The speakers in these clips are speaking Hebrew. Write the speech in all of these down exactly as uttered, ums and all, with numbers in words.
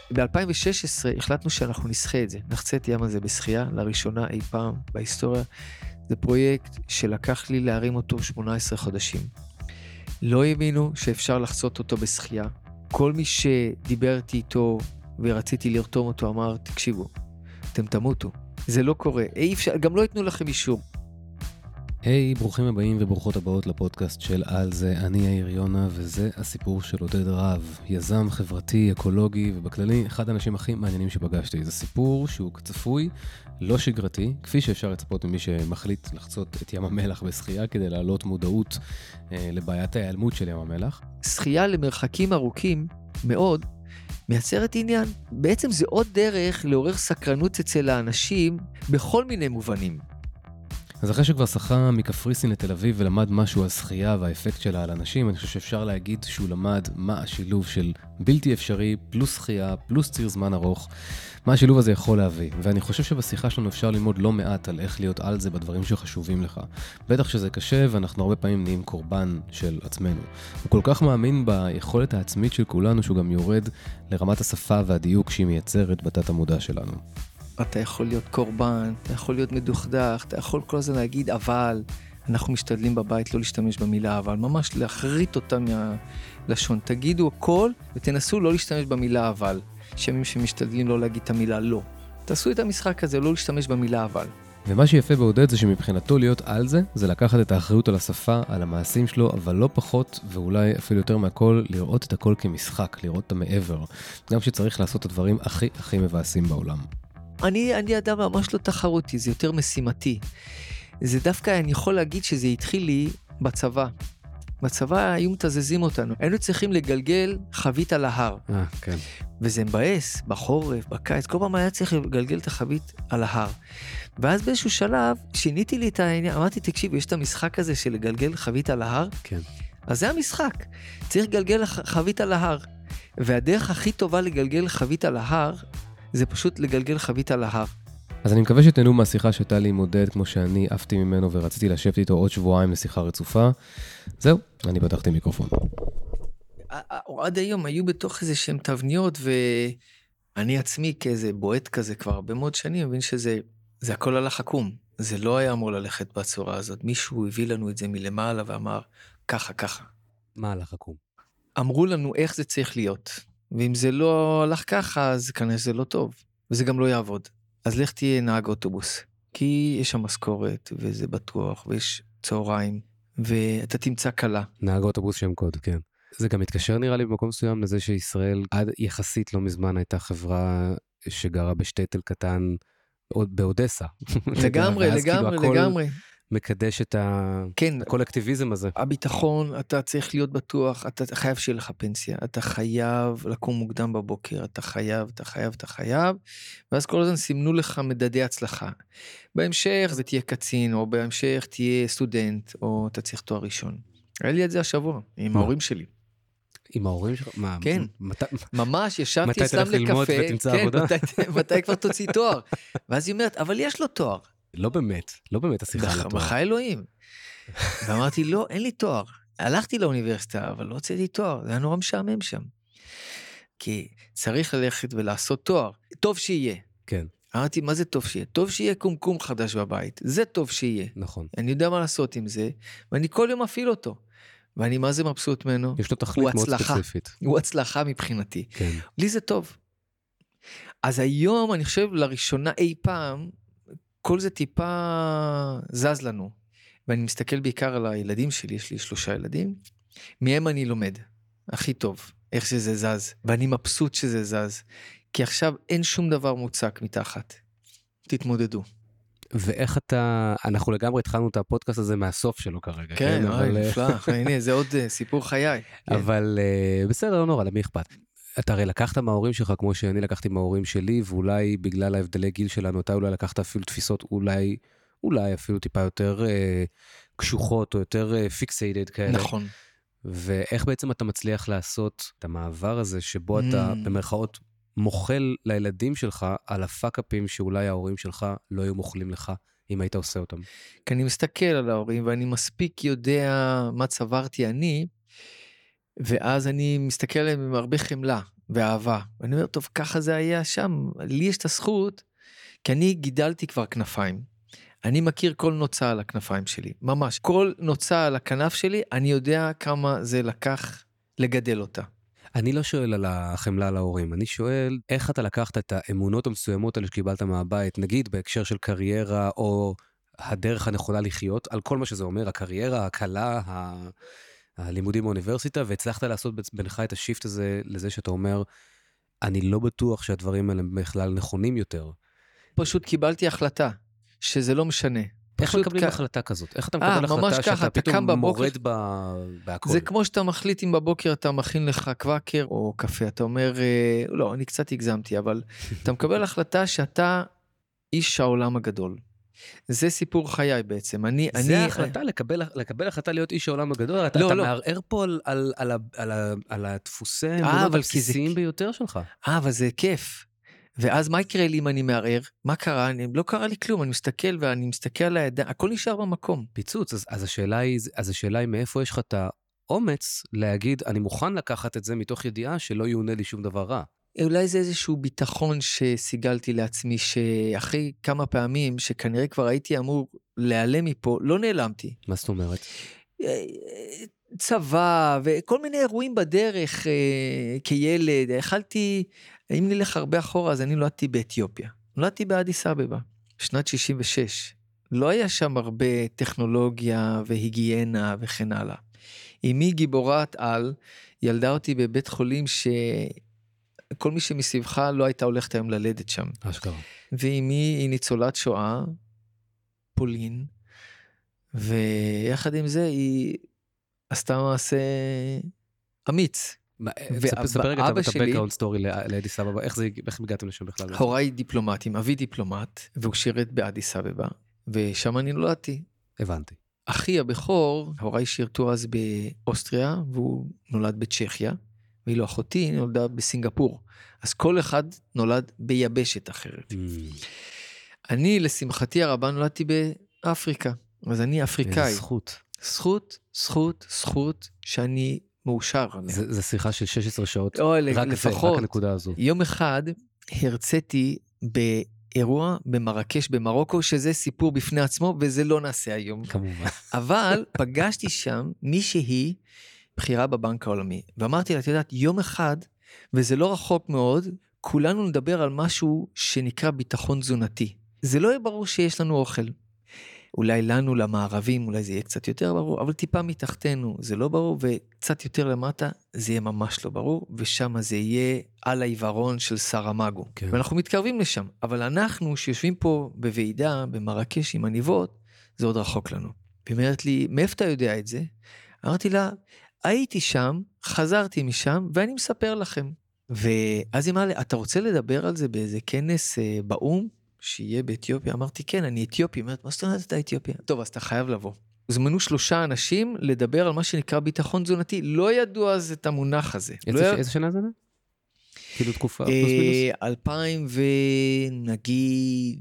ב-אלפיים ושש עשרה החלטנו שאנחנו נשחה את זה, נחצה את ים הזה בשחייה, לראשונה אי פעם בהיסטוריה. זה פרויקט שלקח לי להרים אותו שמונה עשרה חודשים. לא האמינו שאפשר לחצות אותו בשחייה. כל מי שדיברתי איתו ורציתי לרתום אותו אמר, תקשיבו, אתם תמותו. זה לא קורה, אי אפשר, גם לא ייתנו לכם אישור. היי, hey, ברוכים הבאים וברוכות הבאות לפודקאסט של על זה, אני יאיר יונה, וזה הסיפור של עודד רהב, יזם חברתי, אקולוגי, ובכללי אחד האנשים הכי מעניינים שפגשתי. זה סיפור שהוא צפוי, לא שגרתי, כפי שאפשר לצפות ממי שמחליט לחצות את ים המלח בשחייה, כדי להעלות מודעות אה, לבעיית ההיעלמות של ים המלח. שחייה למרחקים ארוכים מאוד מייצרת עניין. בעצם זה עוד דרך לעורר סקרנות אצל האנשים בכל מיני מובנים. אז אחרי שכבר שחה מקפריסין לתל אביב ולמד משהו על שחייה והאפקט שלה על אנשים, אני חושב שאפשר להגיד שהוא למד מה השילוב של בלתי אפשרי, פלוס שחייה, פלוס ציר זמן ארוך, מה השילוב הזה יכול להביא. ואני חושב שבשיחה שלנו אפשר ללמוד לא מעט על איך להיות על זה בדברים שחשובים לך. בטח שזה קשה ואנחנו הרבה פעמים נהיים קורבן של עצמנו. הוא כל כך מאמין ביכולת העצמית של כולנו שהוא גם יורד לרמת השפה והדיוק שהיא מייצרת בתת המודע שלנו. אתה יכול להיות קורבן, אתה יכול להיות מדוכדך, אתה יכול כל הזמן להגיד אבל, אנחנו משתדלים בבית לא להשתמש במילה אבל, ממש להחריט אותה מהלשון. תגידו הכל ותנסו לא להשתמש במילה אבל. שמים שמשתדלים לא להגיד את המילה לא. תעשו את המשחק הזה, לא להשתמש במילה אבל. ומה שיפה בעודד זה שמבחינתו להיות על זה, זה לקחת את האחריות על השפה, על המעשים שלו, אבל לא פחות, ואולי אפילו יותר מהכל, לראות את הכל כמשחק, לראות את המעבר. גם שצריך לעשות את הדברים הכי הכי מבאסים בעולם. אני, אני אדם ממש לא תחרותי, זה יותר משימתי. זה דווקא, אני יכול להגיד שזה התחיל לי בצבא. בצבא היו מתזזים אותנו. היינו צריכים לגלגל חבית על ההר. אה, כן. וזה מבאס, בחורף, בקיץ, כל פעם היה צריך לגלגל את החבית על ההר. ואז באיזשהו שלב, שיניתי לי את העניין, אמרתי, תקשיב, יש את המשחק הזה של לגלגל חבית על ההר? כן. אז זה המשחק. צריך לגלגל חבית על ההר. והדרך הכי טובה לגלגל חבית על ההר, זה פשוט לגלגל חבית על ההר. אז אני מקווה שתהנו מהשיחה שהייתה לי עם עודד, כמו שאני עפתי ממנו ורציתי לשבת איתו עוד שבועיים לשיחה רצופה. זהו, אני פתחתי מיקרופון. עד היום היו בתוך איזה שהם תבניות, ואני עצמי כאיזה בועט כזה כבר הרבה מאוד שנים, מבין שזה זה הכל הלך עקום. זה לא היה אמור ללכת בצורה הזאת. מישהו הביא לנו את זה מלמעלה ואמר, ככה, ככה. מה הלך עקום? אמרו לנו איך זה צריך להיות. ואם זה לא הלך ככה, אז כנראה זה לא טוב. וזה גם לא יעבוד. אז לך תהיה נהג אוטובוס. כי יש שם משכורת, וזה בטוח, ויש צהריים, ואתה תמצא קלה. נהג אוטובוס שם קוד, כן. זה גם מתקשר נראה לי במקום מסוים לזה שישראל עד יחסית לא מזמן הייתה חברה שגרה בשטייטל קטן באודסה. לגמרי, לגמרי, לגמרי. מקדש את כן, הקולקטיביזם הזה. הביטחון, אתה צריך להיות בטוח, אתה חייב שיהיה לך פנסיה, אתה חייב לקום מוקדם בבוקר, אתה חייב, אתה חייב, אתה חייב, ואז כל הזמן סימנו לך מדדי הצלחה. בהמשך זה תהיה קצין, או בהמשך תהיה סטודנט, או אתה צריך תואר ראשון. היה לי את זה השבוע, עם ההורים שלי. עם ההורים שלך? מה? כן, ממש ישבתי אצלם לקפה. מתי תלך ללמוד ותמצא עבודה? מתי כבר תוציא תואר? ואז היא אומרת, אבל יש לו תואר. לא באמת, לא באמת השיחה על התואר. בחי אלוהים. ואמרתי, לא, אין לי תואר. הלכתי לאוניברסיטה, אבל לא הוצאתי תואר. זה היה נורא משעמם שם. כי צריך ללכת ולעשות תואר. טוב שיהיה. כן. אמרתי, מה זה טוב שיהיה? טוב שיהיה קומקום חדש בבית. זה טוב שיהיה. נכון. אני יודע מה לעשות עם זה, ואני כל יום אפעיל אותו. ואני מה זה מבסוט ממנו? יש לו תכלית מאוד ספציפית. הוא הצלחה מבחינתי. כן. לי זה טוב. אז היום, אני חושב, לראשונה אי פעם, כל זה טיפה זז לנו. ואני מסתכל בעיקר על הילדים שלי, יש לי שלושה ילדים, מהם אני לומד, הכי טוב, איך שזה זז, ואני מבסוט שזה זז, כי עכשיו אין שום דבר מוצק מתחת. תתמודדו. ואיך אתה, אנחנו לגמרי התחלנו את הפודקאסט הזה מהסוף שלו כרגע. כן, נפלא, הנה, זה עוד סיפור חיי. אבל בסדר, לא נורא, למי אכפת? אתה הרי לקחת מההורים שלך, כמו שאני לקחתי מההורים שלי, ואולי בגלל ההבדלי גיל שלנו, אתה אולי לקחת אפילו תפיסות, אולי, אולי אפילו טיפה יותר אה, קשוחות, או יותר אה, fixated כאלה. נכון. ואיך בעצם אתה מצליח לעשות את המעבר הזה, שבו אתה במרכאות מוכל לילדים שלך, על הפאקאפים שאולי ההורים שלך לא היו מוכלים לך, אם היית עושה אותם. כי אני מסתכל על ההורים, ואני מספיק יודע מה צברתי אני, ואז אני מסתכל עליהם עם הרבה חמלה, ואהבה. ואני אומר, טוב, ככה זה היה שם. לי יש את הזכות, כי אני גידלתי כבר כנפיים. אני מכיר כל נוצה על הכנפיים שלי, ממש. כל נוצה על הכנף שלי, אני יודע כמה זה לקח לגדל אותה. אני לא שואל על החמלה להורים, אני שואל איך אתה לקחת את האמונות המסוימות האלה שקיבלת מהבית, נגיד בהקשר של קריירה או הדרך הנכונה לחיות, על כל מה שזה אומר, הקריירה, הקלה, ה... הלימודים באוניברסיטה, והצלחת לעשות בינך את השיפט הזה לזה שאתה אומר, אני לא בטוח שהדברים האלה בכלל נכונים יותר. פשוט קיבלתי החלטה, שזה לא משנה. איך מקבלים כ... החלטה כזאת? איך אתה מקבל החלטה שאתה פתאום מורד ב... בהכל? זה כמו שאתה מחליט אם בבוקר אתה מכין לך קוואקר או קפה, אתה אומר, לא, אני קצת הגזמתי, אבל אתה מקבל החלטה שאתה איש העולם הגדול. זה סיפור חיי בעצם. אני, זה אני, ההחלטה, לקבל, לקבל החלטה להיות איש העולם הגדול, אתה, לא, אתה לא. מערער פה על, על, על, על, על, על הדפוסי האמונות הבסיסיים ביותר שלך. אה, אבל זה כיף. ואז מה יקרה לי אם אני מערער? מה קרה? אני, לא קרה לי כלום, אני מסתכל ואני מסתכל על הידיים, הכל נשאר במקום. פיצוץ, אז, אז, השאלה היא, אז השאלה היא מאיפה יש לך את האומץ להגיד, אני מוכן לקחת את זה מתוך ידיעה שלא יעונה לי שום דבר רע. אולי זה איזשהו ביטחון שסיגלתי לעצמי, שאחרי כמה פעמים שכנראה כבר הייתי אמור להיעלם מפה, לא נעלמתי. מה זאת אומרת? צבא וכל מיני אירועים בדרך אה, כילד. החלתי, אם נלך הרבה אחורה, אז אני נולדתי באתיופיה. נולדתי באדיס אבבה, שנת שישים ושש. לא היה שם הרבה טכנולוגיה והיגיינה וכן הלאה. אמי גיבורת על, ילדה אותי בבית חולים ש... כל מי שמסביבך לא הייתה הולכת היום ללדת שם. אשכרה. ואמי היא ניצולת שואה, פולין, ויחד עם זה היא עשתה מעשה אמיץ. ספר רגע את הבקגראונד סטורי לאדיס אבבה, איך הגעתם לשם בכלל? הוריי דיפלומטים, אבי דיפלומט, והוא שירת באדיס אבבה, ושם אני נולדתי. הבנתי. אחי הבכור, הוריי שירתו אז באוסטריה, והוא נולד בצ'כיה, ואילו אחותי נולדה בסינגפור. אז כל אחד נולד ביבשת אחרת. Mm. אני, לשמחתי הרבה, נולדתי באפריקה. אז אני אפריקאי. איזה זכות. זכות, זכות, זכות, שאני מאושר. זה, זה שיחה של שש עשרה שעות. או, רק לפחות. רק הנקודה הזו. יום אחד הרציתי באירוע במרקש במרוקו, שזה סיפור בפני עצמו, וזה לא נעשה היום. כמובן. אבל פגשתי שם מישהי, בחירה בבנק העולמי, ואמרתי לה, את יודעת, יום אחד, וזה לא רחוק מאוד, כולנו נדבר על משהו שנקרא ביטחון תזונתי. זה לא יהיה ברור שיש לנו אוכל. אולי לנו, למערבים, אולי זה יהיה קצת יותר ברור, אבל טיפה מתחתנו, זה לא ברור, וקצת יותר למטה, זה יהיה ממש לא ברור, ושם זה יהיה על העיוורון של סרמגו. כן. ואנחנו מתקרבים לשם, אבל אנחנו שיושבים פה בוועידה, במרקש עם עניבות, זה עוד רחוק לנו. והיא אומרת לי, מאיפה אתה יודע את זה? אמרתי לה, הייתי שם, חזרתי משם, ואני מספר לכם. ואז היא אמרה לי, אתה רוצה לדבר על זה באיזה כנס אה, באום, שיהיה באתיופיה? אמרתי, כן, אני אתיופי. אומרת, מה זאת אומרת אתה אתיופיה? טוב, אז אתה חייב לבוא. זמנו שלושה אנשים לדבר על מה שנקרא ביטחון תזונתי. לא ידעו אז את המונח הזה. איזה, לא ש... איזה שנה זה? כאילו תקופה, פלוס מינוס? אלפיים ונגיד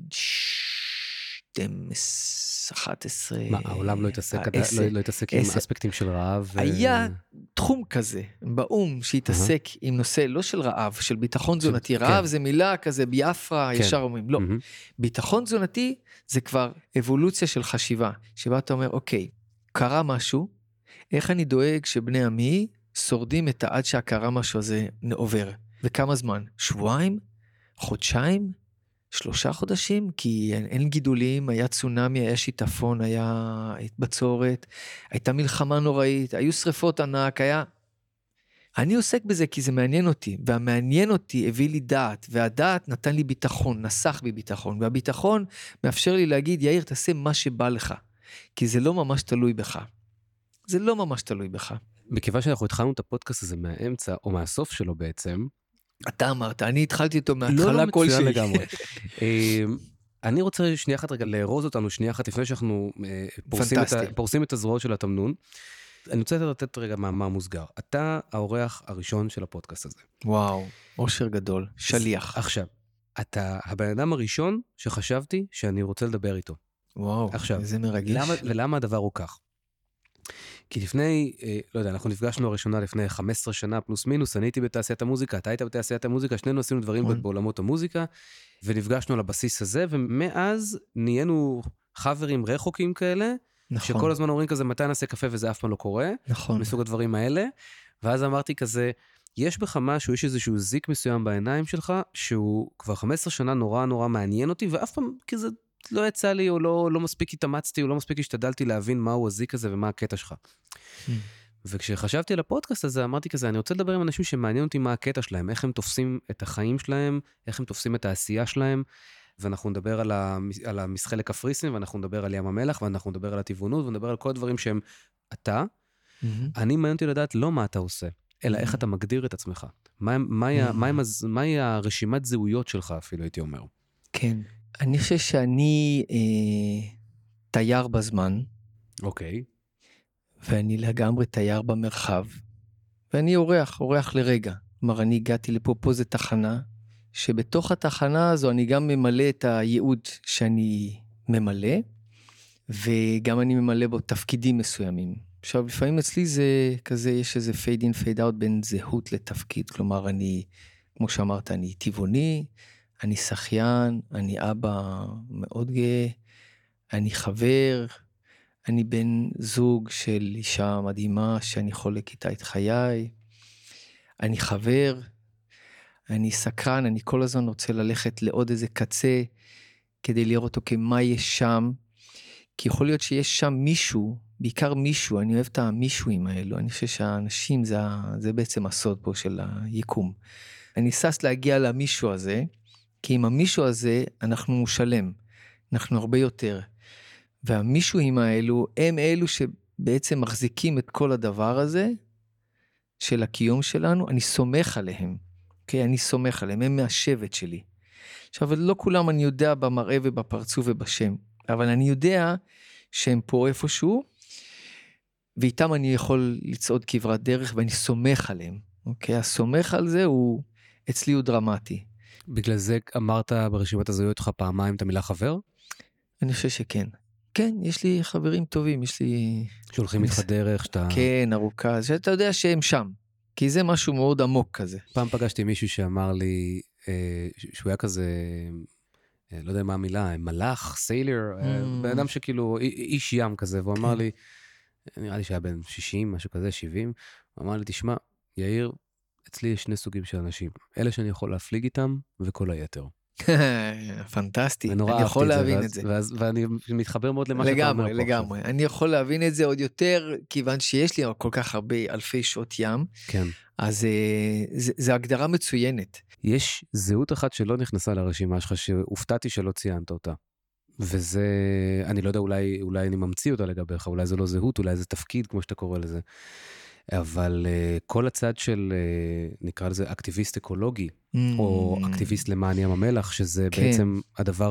שתים עשרה, אחת עשרה. מה, העולם לא התעסק, לא, לא התעסק עם אספקטים של רעב? היה תחום כזה, באום, שהתעסק עם נושא לא של רעב, של ביטחון תזונתי. רעב זה מילה כזה, ביאפרה, ישר אומרים. לא. ביטחון תזונתי זה כבר אבולוציה של חשיבה, שבה אתה אומר, אוקיי, קרה משהו, איך אני דואג שבני עמי שורדים את העד שהקרה משהו הזה עובר? וכמה זמן? שבועיים? חודשיים? שלושה חודשים? כי אין, אין גידולים, היה צונמי, היה שיטפון, היה בצורת, הייתה מלחמה נוראית, היו שריפות ענק, היה... אני עוסק בזה כי זה מעניין אותי, והמעניין אותי הביא לי דעת, והדעת נתן לי ביטחון, נסח בי ביטחון, והביטחון מאפשר לי להגיד, יאיר, תעשה מה שבא לך, כי זה לא ממש תלוי בך. זה לא ממש תלוי בך. מכיוון שאנחנו התחלנו את הפודקאסט הזה מהאמצע, או מהסוף שלו בעצם, אתה אמרת, אני התחלתי אותו מההתחלה לא, לא כלשהי. מצוין לגמרי. אני רוצה שנייה אחת רגע לארוז אותנו, שנייה אחת לפני שאנחנו פורסים את, פורסים את הזרועות של התמנון. אני רוצה לתת רגע מאמר מוסגר. אתה האורח הראשון של הפודקאסט הזה. וואו, אושר גדול, שליח. עכשיו, אתה הבן אדם הראשון שחשבתי שאני רוצה לדבר איתו. וואו, עכשיו, איזה מרגש. למה, ולמה הדבר הוא כך? כי לפני, אה, לא יודע, אנחנו נפגשנו הראשונה לפני חמש עשרה שנה פלוס מינוס, אני הייתי בתעשיית המוזיקה, אתה היית בתעשיית המוזיקה, שנינו עשינו דברים נכון. בעולמות המוזיקה, ונפגשנו על הבסיס הזה, ומאז נהיינו חברים רחוקים כאלה, נכון. שכל הזמן אומרים כזה, מתי נעשה קפה וזה אף פעם לא קורה, נכון. מסוג הדברים האלה, ואז אמרתי כזה, יש בך משהו, יש איזשהו זיק מסוים בעיניים שלך, שהוא כבר חמש עשרה שנה נורא נורא מעניין אותי, ואף פעם כזה לא יצא לי, או לא, לא מספיק התאמצתי, או לא מספיק השתדלתי להבין מהו הזיק הזה ומה הקטע שלך. וכשחשבתי על הפודקאסט הזה, אמרתי כזה, אני רוצה לדבר עם אנשים שמעניין אותי מה הקטע שלהם, איך הם תופסים את החיים שלהם, איך הם תופסים את העשייה שלהם, ואנחנו נדבר על, המס... על המסחה לקפריסין, ואנחנו נדבר על ים המלח, ואנחנו נדבר על הטבעונות, ונדבר על כל הדברים שהם אתה. אני מעניין אותי לדעת לא מה אתה עושה, אלא איך אתה מגדיר את עצמך. מה, מה, מה, מה, מהי הרשימת זהויות שלך אפילו, הייתי אומר. כן. אני חושב שאני אה, תייר בזמן. אוקיי. ואני לגמרי תייר במרחב. ואני אורח, אורח לרגע. כלומר, אני הגעתי לפה, פה זה תחנה, שבתוך התחנה הזו אני גם ממלא את הייעוד שאני ממלא, וגם אני ממלא בו תפקידים מסוימים. עכשיו, לפעמים אצלי זה כזה, יש איזה fade in, fade out בין זהות לתפקיד. כלומר, אני, כמו שאמרת, אני טבעוני, אני שחיין, אני אבא מאוד גאה, אני חבר, אני בן זוג של אישה מדהימה שאני חולק איתה את חיי, אני חבר, אני סקרן, אני כל הזמן רוצה ללכת לעוד איזה קצה, כדי לראות אותו כמה יש שם, כי יכול להיות שיש שם מישהו, בעיקר מישהו, אני אוהב את המישואים האלו, אני חושב שהאנשים זה, זה בעצם הסוד פה של היקום. אני סס להגיע למישהו הזה, כי עם המישהו הזה אנחנו מושלם, אנחנו הרבה יותר. והמישואים האלו הם אלו שבעצם מחזיקים את כל הדבר הזה, של הקיום שלנו, אני סומך עליהם, okay? אני סומך עליהם, הם מהשבט שלי. עכשיו, לא כולם אני יודע במראה ובפרצוף ובשם, אבל אני יודע שהם פה איפשהו, ואיתם אני יכול לצעוד כברת דרך, ואני סומך עליהם. Okay? הסומך על זה הוא, אצלי הוא דרמטי. בגלל זה אמרת ברשימת הזהויות שלך פעמיים את המילה חבר? אני חושב שכן. כן, יש לי חברים טובים, יש לי... שהולכים איתך דרך, שאתה... כן, ארוכה, שאתה יודע שהם שם, כי זה משהו מאוד עמוק כזה. פעם פגשתי מישהו שאמר לי, אה, שהוא היה כזה, אה, לא יודע מה המילה, מלאך, סיילר, אה, בן אדם שכאילו, איש ים כזה, והוא אמר לי, נראה לי שהיה בן שישים, משהו כזה, שבעים, הוא אמר לי, תשמע, יאיר, אצלי יש שני סוגים של אנשים, אלה שאני יכול להפליג איתם, וכל היתר. פנטסטי, אני יכול להבין את זה. ואני מתחבר מאוד למה שאתה אומר פה. לגמרי, לגמרי. אני יכול להבין את זה עוד יותר, כיוון שיש לי כל כך הרבה אלפי שעות ים. כן. אז זה הגדרה מצוינת. יש זהות אחת שלא נכנסה לרשימה שלך, שהופתעתי שלא ציינת אותה. וזה, אני לא יודע, אולי, אולי אני ממציא אותה לגביך, אולי זה לא זהות, אולי זה תפקיד, כמו שאתה קורא לזה. אבל uh, כל הצד של, uh, נקרא לזה, אקטיביסט אקולוגי, mm. או אקטיביסט למען ים המלח, שזה כן. בעצם הדבר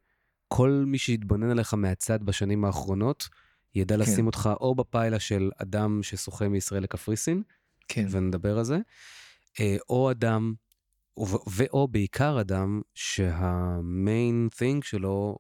שכל מי שהתבונן עליך מהצד בשנים האחרונות, ידע כן. לשים אותך או בפיילה של אדם ששוחה מישראל לקפריסין, כן. ונדבר על זה, uh, או אדם, ו- ואו בעיקר אדם, שהמיין thing שלו,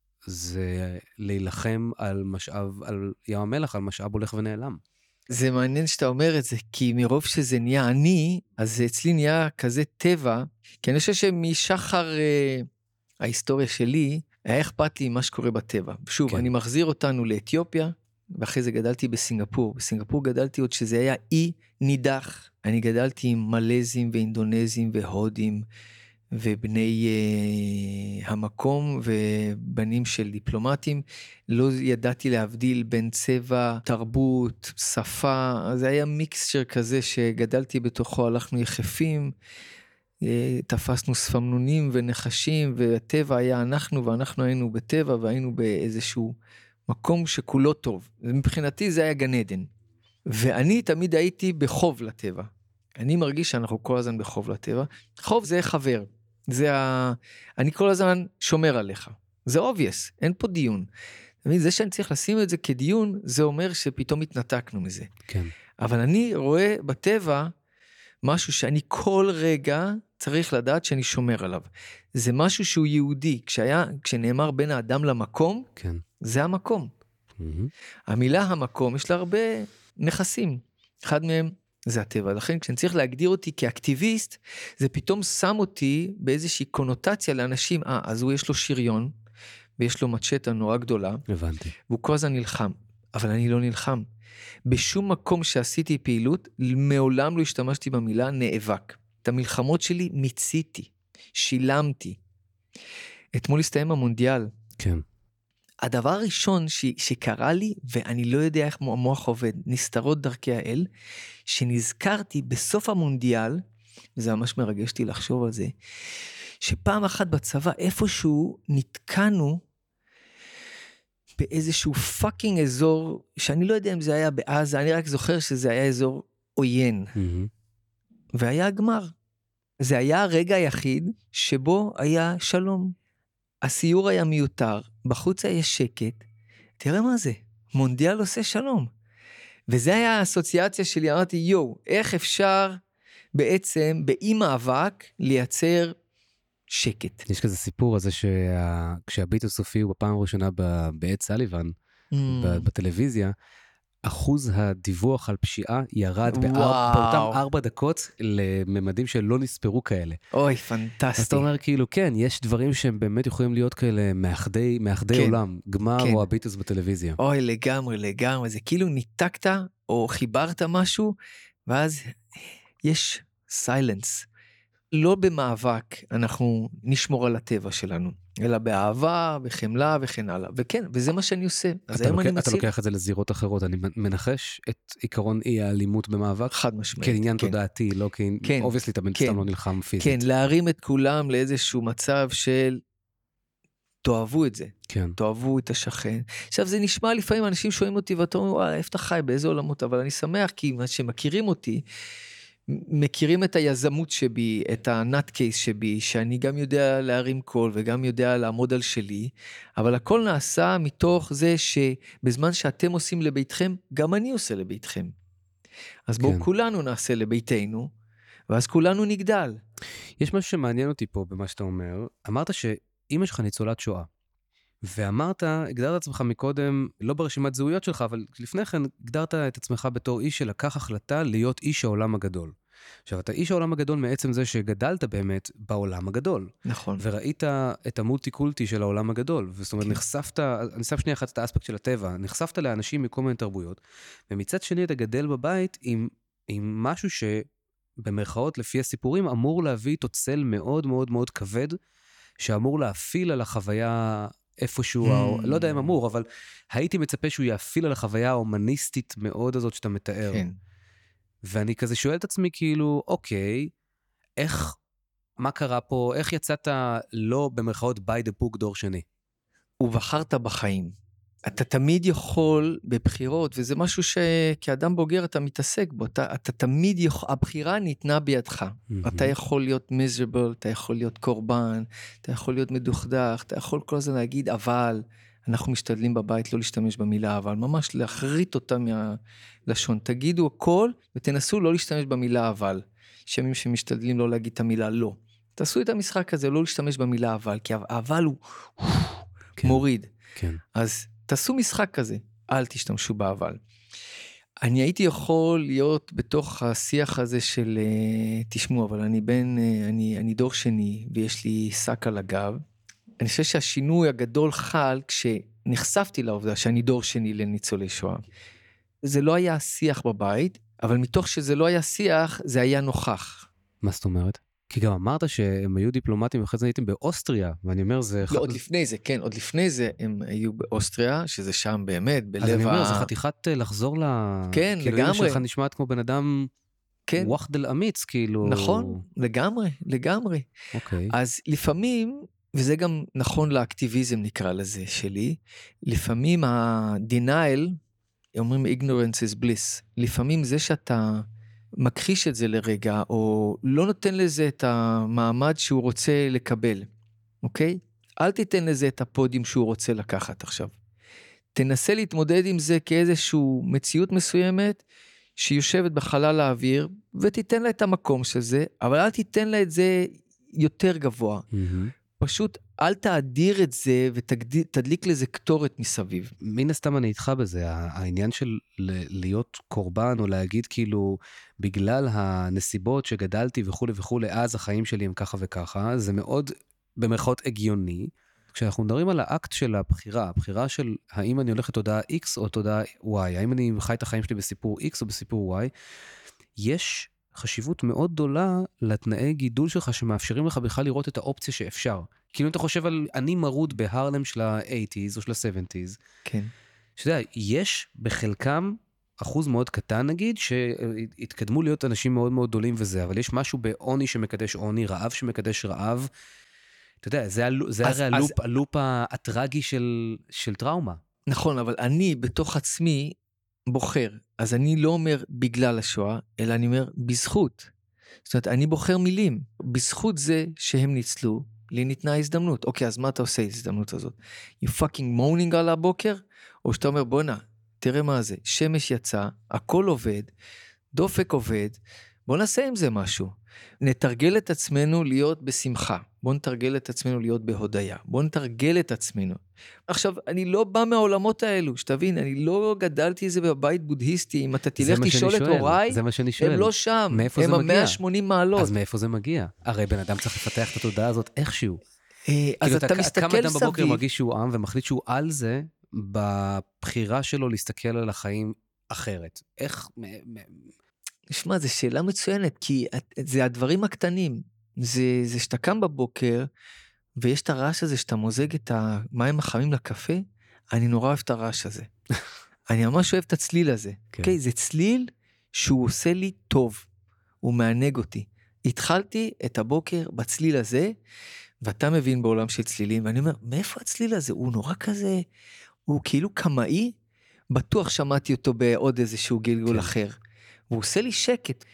זה להילחם על משאב, על ים המלח, על משאב הולך ונעלם. זה מעניין שאתה אומר את זה, כי מרוב שזה נהיה אני, אז אצלי נהיה כזה טבע, כי אני חושב שמשחר אה, ההיסטוריה שלי, היה אכפת לי מה שקורה בטבע. שוב, כן. אני מחזיר אותנו לאתיופיה, ואחרי זה גדלתי בסינגפור. בסינגפור גדלתי עוד שזה היה אי נידח. אני גדלתי עם מלזים ואינדונזים והודים, ובני uh, המקום ובנים של דיפלומטים, לא ידעתי להבדיל בין צבע, תרבות, שפה, זה היה מיקסצ'ר כזה שגדלתי בתוכו, הלכנו יחפים, uh, תפסנו ספמנונים ונחשים, והטבע היה אנחנו, ואנחנו היינו בטבע, והיינו באיזשהו מקום שכולו טוב. מבחינתי זה היה גן עדן. ואני תמיד הייתי בחוב לטבע. אני מרגיש שאנחנו כל הזמן בחוב לטבע. חוב זה חבר. זה ה... אני כל הזמן שומר עליך. זה obvious, אין פה דיון. זה שאני צריך לשים את זה כדיון, זה אומר שפתאום התנתקנו מזה. כן. אבל אני רואה בטבע משהו שאני כל רגע צריך לדעת שאני שומר עליו. זה משהו שהוא יהודי. כשהיה, כשנאמר בין האדם למקום, כן. זה המקום. Mm-hmm. המילה המקום, יש לה הרבה נכסים. אחד מהם זה הטבע. לכן כשאני צריך להגדיר אותי כאקטיביסט, זה פתאום שם אותי באיזושהי קונוטציה לאנשים, אה, אז הוא יש לו שריון, ויש לו מצ'טה נורא גדולה. הבנתי. והוא כל הזמן נלחם. אבל אני לא נלחם. בשום מקום שעשיתי פעילות, מעולם לא השתמשתי במילה נאבק. את המלחמות שלי מיציתי, שילמתי. אתמול הסתיים המונדיאל. כן. הדבר הראשון ש, שקרה לי, ואני לא יודע איך המוח עובד, נסתרות דרכי האל, שנזכרתי בסוף המונדיאל, וזה ממש מרגש אותי לחשוב על זה, שפעם אחת בצבא, איפשהו נתקענו, באיזשהו פאקינג אזור, שאני לא יודע אם זה היה בעזה, אני רק זוכר שזה היה אזור עוין. Mm-hmm. והיה הגמר. זה היה הרגע היחיד שבו היה שלום. הסיור היה מיותר, בחוץ היה שקט, תראה מה זה, מונדיאל עושה שלום. וזה היה האסוציאציה שלי, אמרתי, יו, איך אפשר בעצם באי מאבק לייצר שקט. יש כזה סיפור הזה שכשהביטלס הופיעו בפעם הראשונה בעת סליבן, mm. בטלוויזיה, אחוז הדיווח על פשיעה ירד באותם ארבע דקות לממדים שלא נספרו כאלה. אוי, פנטסטי. אז אתה אומר כאילו, כן, יש דברים שהם באמת יכולים להיות כאלה מאחדי, מאחדי כן, עולם, גמר כן. או הביטלס בטלוויזיה. אוי, לגמרי, לגמרי. זה כאילו ניתקת או חיברת משהו, ואז יש סיילנס. לא במאבק אנחנו נשמור על הטבע שלנו, אלא באהבה, בחמלה וכן הלאה. וכן, וזה מה שאני עושה. אז אתה, לוקח, אני אתה לוקח את זה לזירות אחרות, אני מנחש את עיקרון אי האלימות במאבק? חד משמעית. כעניין כן. תודעתי, לא כעניין, כן. אובייסלי אתה כן. סתם לא נלחם פיזית. כן, להרים את כולם לאיזשהו מצב של, תאהבו את זה. כן. תאהבו את השכן. עכשיו זה נשמע לפעמים, אנשים שואלים אותי, ואתה אומר, וואי, איפה אתה חי, באיזה עולמות, אבל אני שמח, כי מה שמכירים אותי, מכירים את היזמות שבי, את הנאט קייס שבי, שאני גם יודע להרים קול וגם יודע לעמוד על שלי, אבל הכל נעשה מתוך זה שבזמן שאתם עושים לביתכם, גם אני עושה לביתכם. אז בואו כן. כולנו נעשה לביתנו, ואז כולנו נגדל. יש משהו שמעניין אותי פה במה שאתה אומר, אמרת שאמא שלך ניצולת שואה, ואמרת, הגדרת עצמך מקודם, לא ברשימת זהויות שלך, אבל לפני כן הגדרת את עצמך בתור איש שלקח החלטה להיות איש העולם הגדול. עכשיו, אתה איש העולם הגדול מעצם זה שגדלת באמת בעולם הגדול. נכון. וראית את המולטי-קולטי של העולם הגדול, וזאת אומרת, נחשפת, אני שם שנייה אחת את האספקט של הטבע, נחשפת לאנשים מכל מיני תרבויות, ומצד שני אתה גדל בבית עם, עם משהו שבמרכאות לפי הסיפורים אמור להביא תוצל מאוד מאוד מאוד כבד, שאמור להפיל על החוויה איפשהו, mm. לא יודע אם אמור, אבל הייתי מצפה שהוא יאפיל על החוויה האומניסטית מאוד הזאת שאתה מתאר. כן. ואני כזה שואל את עצמי כאילו, אוקיי, איך, מה קרה פה, איך יצאת לא במרכאות by the book דור שני? ובחרת בחיים. אתה תמיד יכול בבחירות, וזה משהו שכאדם בוגר אתה מתעסק בו, אתה, אתה תמיד יכול, הבחירה ניתנה בידך. Mm-hmm. אתה יכול להיות miserable, אתה יכול להיות קורבן, אתה יכול להיות מדוכדך, אתה יכול כל הזמן להגיד אבל, אנחנו משתדלים בבית לא להשתמש במילה אבל, ממש להחריט אותה מהלשון. תגידו הכל ותנסו לא להשתמש במילה אבל. שמים שמשתדלים לא להגיד את המילה לא. תעשו את המשחק הזה, לא להשתמש במילה אבל, כי אבל הוא כן, מוריד. כן. אז תעשו משחק כזה, אל תשתמשו באבל. אני הייתי יכול להיות בתוך השיח הזה של, תשמעו, אבל אני בן, אני, אני דור שני, ויש לי שק על הגב. אני חושב שהשינוי הגדול חל כשנחשפתי לעובדה שאני דור שני לניצולי שואה. זה לא היה שיח בבית, אבל מתוך שזה לא היה שיח, זה היה נוכח. מה זאת אומרת? כי גם אמרת שהם היו דיפלומטים, ואחרי זה הייתם באוסטריה, ואני אומר זה... לא, עוד לפני זה, כן, עוד לפני זה הם היו באוסטריה, שזה שם באמת, בלב ה... אז אני אומר, זה חתיכת לחזור ל... כן, לגמרי. כאילו אמא שלך נשמעת כמו בן אדם... כן. ווחדל אמיץ, כאילו... נכון, לגמרי, לגמרי. אוקיי. אז לפעמים, וזה גם נכון לאקטיביזם נקרא לזה שלי, לפעמים ה-denial, אומרים ignorance is bliss, לפעמים זה שאתה... מכחיש את זה לרגע, או לא נותן לזה את המעמד שהוא רוצה לקבל, אוקיי? אל תיתן לזה את הפודיום שהוא רוצה לקחת עכשיו. תנסה להתמודד עם זה כאיזשהו מציאות מסוימת, שיושבת בחלל האוויר, ותיתן לה את המקום של זה, אבל אל תיתן לה את זה יותר גבוה. Mm-hmm. פשוט אל תאדיר את זה ותדליק לזה קטורת מסביב. מן הסתם אני איתך בזה, העניין של להיות קורבן או להגיד כאילו בגלל הנסיבות שגדלתי וכו' וכו', אז החיים שלי הם ככה וככה, זה מאוד במרכאות הגיוני. כשאנחנו מדברים על האקט של הבחירה, הבחירה של האם אני הולך לתודעה X או תודעה Y, האם אני חי את החיים שלי בסיפור X או בסיפור Y, יש חשיבות מאוד גדולה לתנאי גידול שלך שמאפשרים לך בכלל לראות את האופציה שאפשר. כאילו אם אתה חושב על אני מרוד בהרלם של ה-שמונים או של ה-שבעים, כן. שאתה יודע, יש בחלקם אחוז מאוד קטן נגיד, שהתקדמו להיות אנשים מאוד מאוד גדולים וזה, אבל יש משהו בעוני שמקדש עוני, רעב שמקדש רעב, אתה יודע, זה, זה אז, הרי אז... הלופ, הלופ הטרגי של, של טראומה. נכון, אבל אני בתוך עצמי בוחר, אז אני לא אומר בגלל השואה, אלא אני אומר בזכות. זאת אומרת, אני בוחר מילים, בזכות זה שהם ניצלו, לי ניתנה הזדמנות. אוקיי, אז מה אתה עושה ההזדמנות הזאת? You fucking moaning על הבוקר? או שאתה אומר, בוא נע, תראה מה זה, שמש יצא, הכל עובד, דופק עובד, בוא נעשה עם זה משהו. נתרגל את עצמנו להיות בשמחה, בוא נתרגל את עצמנו להיות בהודיה, בוא נתרגל את עצמנו. עכשיו, אני לא בא מהעולמות האלו, שתבין, אני לא גדלתי איזה בבית בודהיסטי, אם אתה תלך לשאול את הוריי, הם לא שם, הם ה-מאה ושמונים מעלות. אז מאיפה זה מגיע? הרי בן אדם צריך לפתח את התודעה הזאת איכשהו. אז אתה מסתכל סביב. כמה אדם בבוקר מרגיש שהוא עם ומחליט שהוא על זה, בבחירה שלו להסתכל על החיים אחרת. איך... נשמע, זו שאלה מצוינת, כי זה הדברים הקטנים, זה, זה שאתה קם בבוקר, ויש את הרעש הזה שאתה מוזג את המים החמים לקפה, אני נורא אוהב את הרעש הזה. אני ממש אוהב את הצליל הזה. כן. Okay, זה צליל שהוא עושה לי טוב, הוא מענג אותי. התחלתי את הבוקר בצליל הזה, ואתה מבין בעולם של צלילים, ואני אומר, מאיפה הצליל הזה? הוא נורא כזה, הוא כאילו קמאי, בטוח שמעתי אותו בעוד איזשהו גלגול כן. אחר. והוא עושה לי שקט.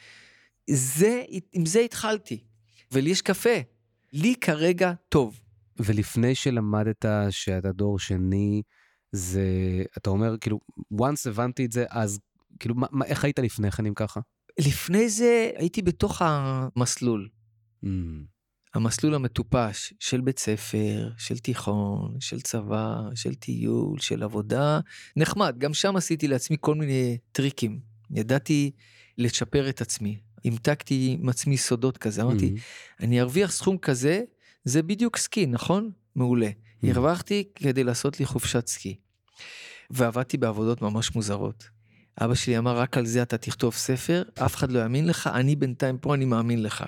זה, עם זה התחלתי. ולי יש קפה. לי כרגע טוב. ולפני שלמדת שאתה דור שני, זה, אתה אומר, כאילו, once הבנתי את זה, אז, כאילו, מה, איך היית לפני כן, אם ככה? לפני זה הייתי בתוך המסלול. Mm. המסלול המטופש של בית ספר, של תיכון, של צבא, של טיול, של עבודה. נחמד, גם שם עשיתי לעצמי כל מיני טריקים. ידעתי לשפר את עצמי. המתקתי עם עצמי סודות כזה. אמרתי, mm-hmm. אני ארוויח סכום כזה, זה בדיוק סקי, נכון? מעולה. Mm-hmm. הרווחתי כדי לעשות לי חופשת סקי. ועבדתי בעבודות ממש מוזרות. אבא שלי אמר, רק על זה אתה תכתוב ספר, אף אחד לא יאמין לך, אני בינתיים פה, אני מאמין לך.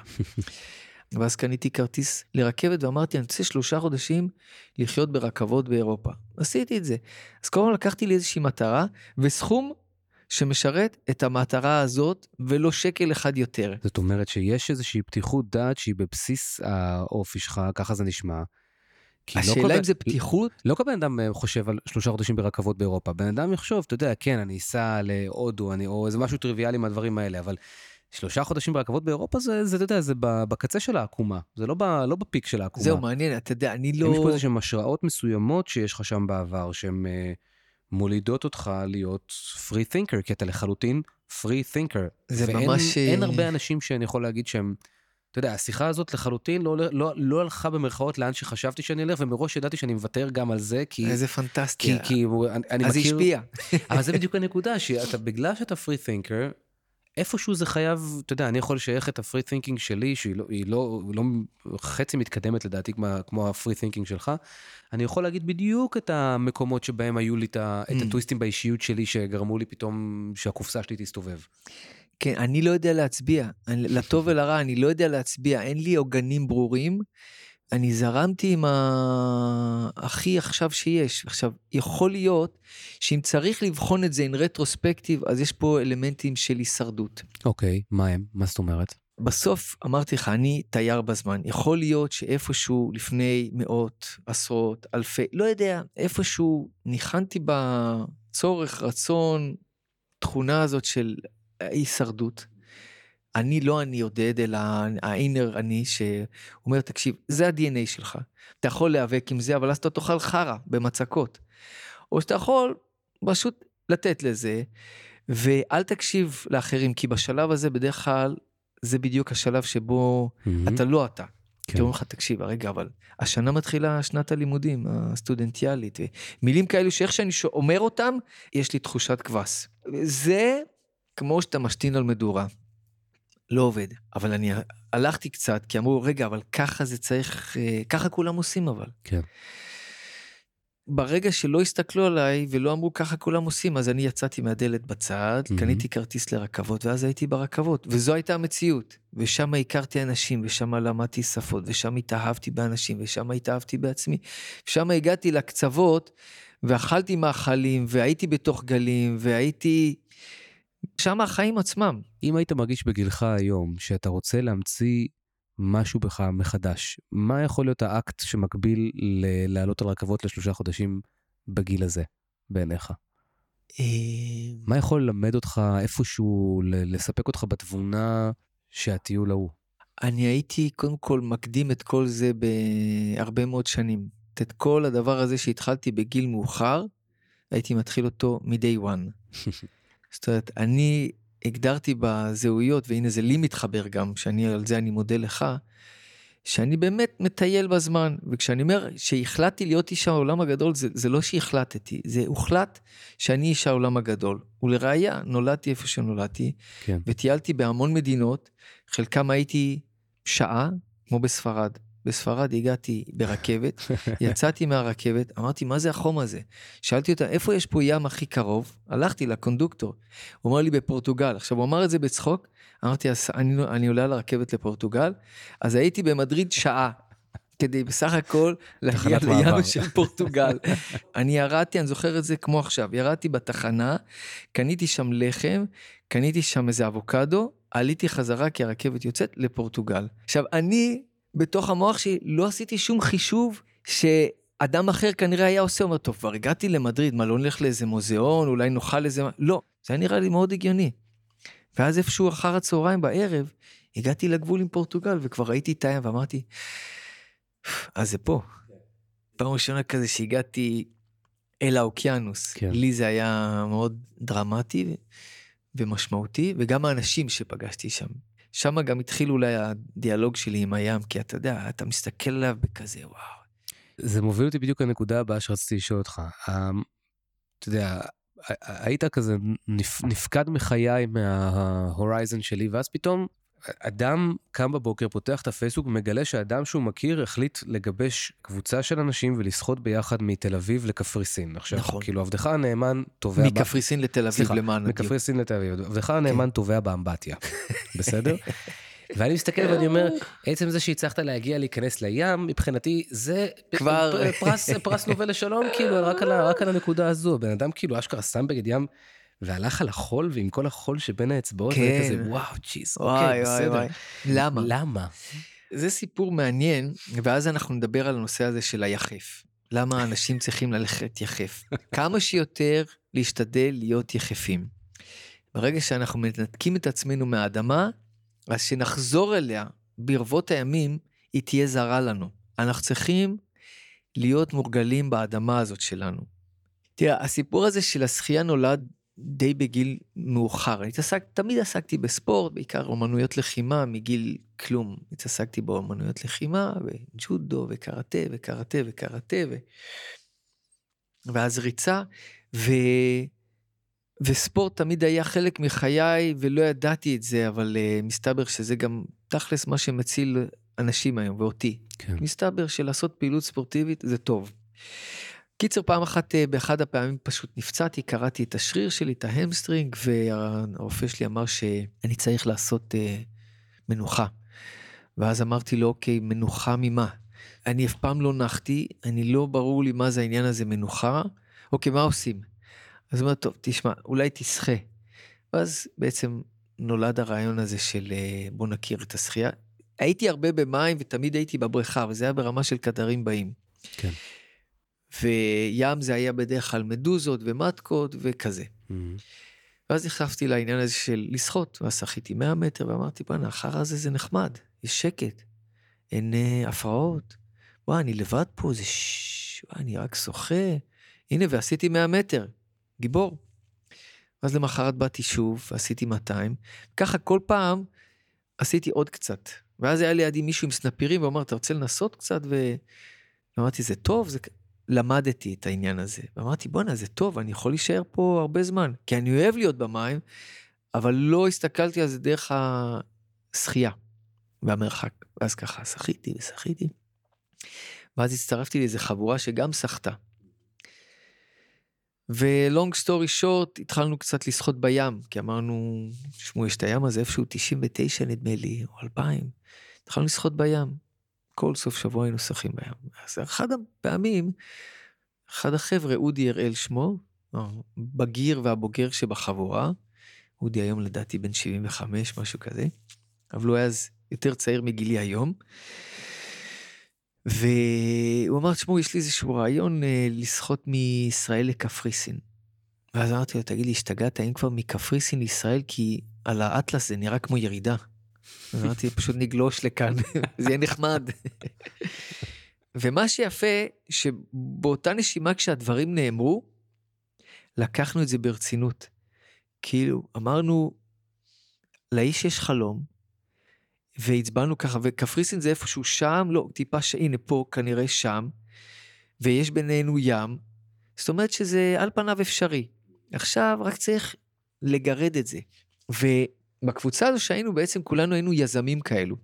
ואז קניתי כרטיס לרכבת, ואמרתי, אני רוצה שלושה חודשים לחיות ברכבות באירופה. עשיתי את זה. אז כל פעם לקחתי לי איזושהי מטרה, וסכום שמשרת את המטרה הזאת, ולא שקל אחד יותר. זאת אומרת שיש איזושהי פתיחות דעת, שהיא בבסיס האופי שלך, ככה זה נשמע. השאלה לא אם זה פתיחות? לא כל בן אדם חושב על שלושה חודשים ברכבות באירופה. בן אדם יחשוב, אתה יודע, כן, אני אסע להודו, אני, או איזה משהו טריוויאלי מהדברים האלה, אבל שלושה חודשים ברכבות באירופה, זה, זה, אתה יודע, זה בקצה של העקומה. זה לא, ב, לא בפיק של העקומה. זהו, מעניין, אתה יודע, אני לא... יש פה איזושהי השראות מסוימות שיש לך שם בעבר, שהן מולידות אותך להיות free thinker, כי אתה לחלוטין free thinker. זה ואין, ממש... אין הרבה אנשים שאני יכול להגיד שהם... אתה יודע, השיחה הזאת לחלוטין לא, לא, לא הלכה במרכאות לאן שחשבתי שאני אלך, ומראש ידעתי שאני מוותר גם על זה, כי... איזה פנטסטיה. כי, כי אני, אני אז מכיר... השפיע. אבל זה בדיוק הנקודה, שאתה, בגלל שאתה free thinker, איפשהו זה חייב, אתה יודע, אני יכול לשייך את ה-free thinking שלי, שהיא לא, היא לא, לא חצי מתקדמת לדעתי כמו, כמו ה-free thinking שלך, אני יכול להגיד בדיוק את המקומות שבהם היו לי את, ה, את הטוויסטים באישיות שלי, שגרמו לי פתאום שהקופסה שלי תסתובב. כן, אני לא יודע להצביע, אני, לטוב ולרע, אני לא יודע להצביע, אין לי עוגנים ברורים, אני זרמתי עם הכי עכשיו שיש. עכשיו, יכול להיות שאם צריך לבחון את זה עם רטרוספקטיב, אז יש פה אלמנטים של הישרדות. אוקיי, מה הם? מה זאת אומרת? בסוף אמרתי לך, אני תייר בזמן, יכול להיות שאיפשהו לפני מאות, עשרות, אלפי, לא יודע, איפשהו ניחנתי בצורך, רצון, תכונה הזאת של הישרדות. אני לא אני יודד, אלא האינר אני שאומר, תקשיב, זה ה-די אן איי שלך. אתה יכול להיאבק עם זה, אבל אז אתה תאכל חרה במצקות. או שאתה יכול פשוט לתת לזה, ואל תקשיב לאחרים, כי בשלב הזה בדרך כלל, זה בדיוק השלב שבו mm-hmm. אתה לא אתה. כי אומרים לך, תקשיב, הרגע, אבל השנה מתחילה שנת הלימודים הסטודנטיאלית, מילים כאלו שאיך שאני אומר אותם, יש לי תחושת כבש. זה כמו שאתה משתין על מדורה. לא עובד. אבל אני הלכתי קצת, כי אמרו, רגע, אבל ככה זה צריך, ככה כולם עושים אבל. כן. ברגע שלא הסתכלו עליי ולא אמרו ככה כולם עושים, אז אני יצאתי מהדלת בצד, mm-hmm. קניתי כרטיס לרכבות, ואז הייתי ברכבות, וזו הייתה המציאות. ושם הכרתי אנשים, ושם למדתי שפות, ושם התאהבתי באנשים, ושם התאהבתי בעצמי. ושם הגעתי לקצוות, ואכלתי מאכלים, והייתי בתוך גלים, והייתי... שם החיים עצמם. אם היית מרגיש בגילך היום, שאתה רוצה להמציא משהו בך מחדש, מה יכול להיות האקט שמקביל ל- לעלות על רכבות לשלושה חודשים בגיל הזה, בעיניך? מה יכול ללמד אותך איפשהו, ל- לספק אותך בתבונה שהטיול ההוא? אני הייתי קודם כל מקדים את כל זה בהרבה מאוד שנים. את כל הדבר הזה שהתחלתי בגיל מאוחר, הייתי מתחיל אותו מ-day one. זאת אומרת, אני הגדרתי בזהויות, והנה זה לי מתחבר גם, שאני על זה אני מודה לך, שאני באמת מטייל בזמן, וכשאני אומר שהחלטתי להיות איש העולם הגדול, זה, זה לא שהחלטתי, זה הוחלט שאני איש העולם הגדול, ולראיה נולדתי איפה שנולדתי, כן. וטיילתי בהמון מדינות, חלקם הייתי שעה, כמו בספרד, בספרד הגעתי ברכבת, יצאתי מהרכבת, אמרתי, מה זה החום הזה? שאלתי אותה, איפה יש פה ים הכי קרוב? הלכתי לקונדוקטור, הוא אמר לי בפורטוגל, עכשיו הוא אמר את זה בצחוק, אמרתי, אני, אני עולה לרכבת לפורטוגל, אז הייתי במדריד שעה, כדי בסך הכל להגיע לים של פורטוגל. אני ירדתי, אני זוכר את זה כמו עכשיו, ירדתי בתחנה, קניתי שם לחם, קניתי שם איזה אבוקדו, עליתי חזרה כי הרכבת יוצאת לפורטוגל. עכשיו אני... בתוך המוח שלי לא עשיתי שום חישוב שאדם אחר כנראה היה עושה, אומר, טוב, כבר הגעתי למדריד, מה לא נלך לאיזה מוזיאון, אולי נאכל איזה... לא, זה היה נראה לי מאוד הגיוני. ואז איפשהו אחר הצהריים בערב, הגעתי לגבול עם פורטוגל, וכבר ראיתי את הים, ואמרתי, אז זה פה. פעם ראשונה כזה שהגעתי אל האוקיינוס. כן. לי זה היה מאוד דרמטי ומשמעותי, וגם האנשים שפגשתי שם. שם גם התחיל אולי הדיאלוג שלי עם הים, כי אתה יודע, אתה מסתכל עליו בכזה, וואו. זה מוביל אותי בדיוק לנקודה הבאה שרציתי לשאול אותך. אתה יודע, היית כזה נפקד מחיי מההורייזן שלי, ואז פתאום אדם קם בבוקר, פותח את הפייסבוק, מגלה שהאדם שהוא מכיר החליט לגבש קבוצה של אנשים ולשחות ביחד מתל אביב לקפריסין. עכשיו, נכון. כאילו, עבדך הנאמן תובע... מקפריסין ב... לתל אביב, סליחה, למען הדיוק. מקפריסין לתל אביב. עבדך הנאמן תובע באמבטיה. בסדר? ואני מסתכל ואני אומר, עצם זה שהצלחת להגיע להיכנס לים, מבחינתי, זה כבר פרס, פרס נובל לשלום, כאילו, רק על, רק על הנקודה הזו. בן אדם כאילו אשכרה שם בגד ים, והלך על החול, ועם כל החול שבין האצבעות, כן. וכזה, וואו, צ'יז, אוקיי, בסדר. וואי. למה? למה? זה סיפור מעניין, ואז אנחנו נדבר על הנושא הזה של היחף. למה אנשים צריכים ללכת יחף? כמה שיותר להשתדל להיות יחפים. ברגע שאנחנו מנתקים את עצמנו מהאדמה, אז שנחזור אליה ברבות הימים, היא תהיה זרה לנו. אנחנו צריכים להיות מורגלים באדמה הזאת שלנו. תראה, הסיפור הזה של השחייה נולד די בגיל מאוחר. אני התעסק, תמיד עסקתי בספורט, בעיקר אומנויות לחימה, מגיל כלום. התעסקתי באומנויות לחימה, וג'ודו, וקראטה, וקראטה, וקראטה, ו... ואז ריצה, ו... וספורט תמיד היה חלק מחיי, ולא ידעתי את זה, אבל uh, מסתבר שזה גם תכלס מה שמציל אנשים היום, ואותי. כן. מסתבר שלעשות פעילות ספורטיבית זה טוב. קיצר, פעם אחת, באחד הפעמים פשוט נפצעתי, קראתי את השריר שלי, את ההמסטרינג, והרופא שלי אמר שאני צריך לעשות uh, מנוחה. ואז אמרתי לו, אוקיי, מנוחה ממה? אני אף פעם לא נחתי, אני לא ברור לי מה זה העניין הזה מנוחה. אוקיי, מה עושים? אז הוא אומר, טוב, תשמע, אולי תשחה. ואז בעצם נולד הרעיון הזה של בוא נכיר את השחייה. הייתי הרבה במים ותמיד הייתי בבריכה, וזה היה ברמה של כדרים באים. כן. וים זה היה בדרך כלל מדוזות ומטקות וכזה. Mm-hmm. ואז נחשפתי לעניין הזה של לשחות, ואז שחיתי מאה מטר, ואמרתי, בוא, האחר הזה זה נחמד, יש שקט, אין uh, הפרעות, וואי, אני לבד פה, זה שש, וואי, אני רק שוחה, הנה, ועשיתי מאה מטר, גיבור. ואז למחרת באתי שוב, ועשיתי מאתיים, ככה כל פעם עשיתי עוד קצת, ואז היה לידי מישהו עם סנפירים, ואומר, אתה רוצה לנסות קצת? ואמרתי, זה טוב, זה... למדתי את העניין הזה. ואמרתי, בוא'נה, זה טוב, אני יכול להישאר פה הרבה זמן, כי אני אוהב להיות במים, אבל לא הסתכלתי על זה דרך השחייה והמרחק. ואז ככה, שחיתי ושחיתי. ואז הצטרפתי לאיזו חבורה שגם שחתה. ולונג סטורי שוט, התחלנו קצת לשחות בים, כי אמרנו, שמעו, יש את הים הזה איפשהו תשעים ותשע נדמה לי, או אלפיים. התחלנו לשחות בים. כל סוף שבוע היינו שחים בים. אז אחד הפעמים, אחד החבר'ה, אודי הראל שמו, בגיר והבוגר שבחבורה, אודי היום לדעתי בן שבעים וחמש, משהו כזה, אבל הוא היה אז יותר צעיר מגילי היום, והוא אמר, תשמעו, יש לי איזשהו רעיון אה, לשחות מישראל לקפריסין. ואז אמרתי לו, תגיד לי, השתגעת, האם כבר מקפריסין לישראל, כי על האטלס זה נראה כמו ירידה. אז אמרתי, פשוט נגלוש לכאן, זה יהיה נחמד. ומה שיפה, שבאותה נשימה כשהדברים נאמרו, לקחנו את זה ברצינות. כאילו, אמרנו, לאיש יש חלום, והצבענו ככה, וקפריסין זה איפשהו שם, לא, טיפה שהנה פה, כנראה שם, ויש בינינו ים, זאת אומרת שזה על פניו אפשרי. עכשיו רק צריך לגרד את זה. ובקבוצה הזו שהיינו בעצם כולנו היינו יזמים כאלו.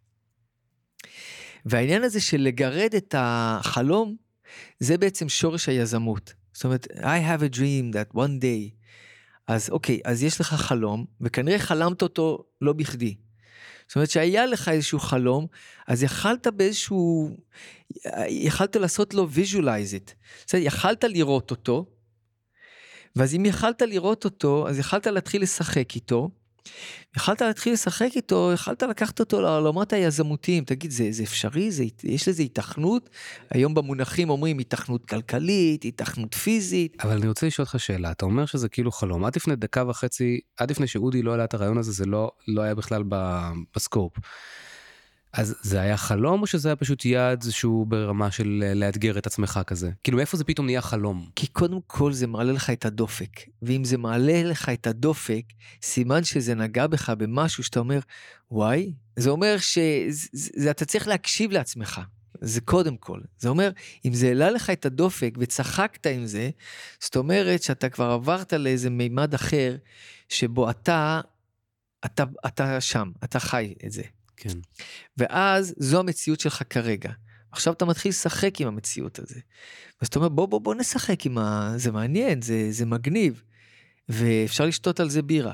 והעניין הזה של לגרד את החלום, זה בעצם שורש היזמות. זאת אומרת, I have a dream that one day, אז אוקיי, אז יש לך חלום, וכנראה חלמת אותו לא בכדי. זאת אומרת שהיה לך איזשהו חלום, אז יכלת באיזשהו, יכלת לעשות לו visualize it. זאת אומרת, יכלת לראות אותו, ואז אם יכלת לראות אותו, אז יכלת להתחיל לשחק איתו, יכלת להתחיל לשחק איתו, יכלת לקחת אותו לעולמות היזמותיים, תגיד, זה, זה אפשרי? זה, יש לזה התכנות? היום במונחים אומרים התכנות כלכלית, התכנות פיזית. אבל אני רוצה לשאול אותך שאלה, אתה אומר שזה כאילו חלום, עד לפני דקה וחצי, עד לפני שאודי לא העלה את הרעיון הזה, זה לא, לא היה בכלל בסקופ. אז זה היה חלום או שזה היה פשוט יעד שהוא ברמה של לאתגר את עצמך כזה? כאילו איפה זה פתאום נהיה חלום? כי קודם כל זה מעלה לך את הדופק, ואם זה מעלה לך את הדופק, סימן שזה נגע בך במשהו שאתה אומר, וואי, זה אומר שאתה צריך להקשיב לעצמך, זה קודם כל. זה אומר, אם זה העלה לך את הדופק וצחקת עם זה, זאת אומרת שאתה כבר עברת לאיזה מימד אחר, שבו אתה, אתה, אתה שם, אתה חי את זה. כן. ואז זו המציאות שלך כרגע. עכשיו אתה מתחיל לשחק עם המציאות הזה. אז אתה אומר, בוא, בוא, בוא נשחק עם ה... זה מעניין, זה, זה מגניב. ואפשר לשתות על זה בירה.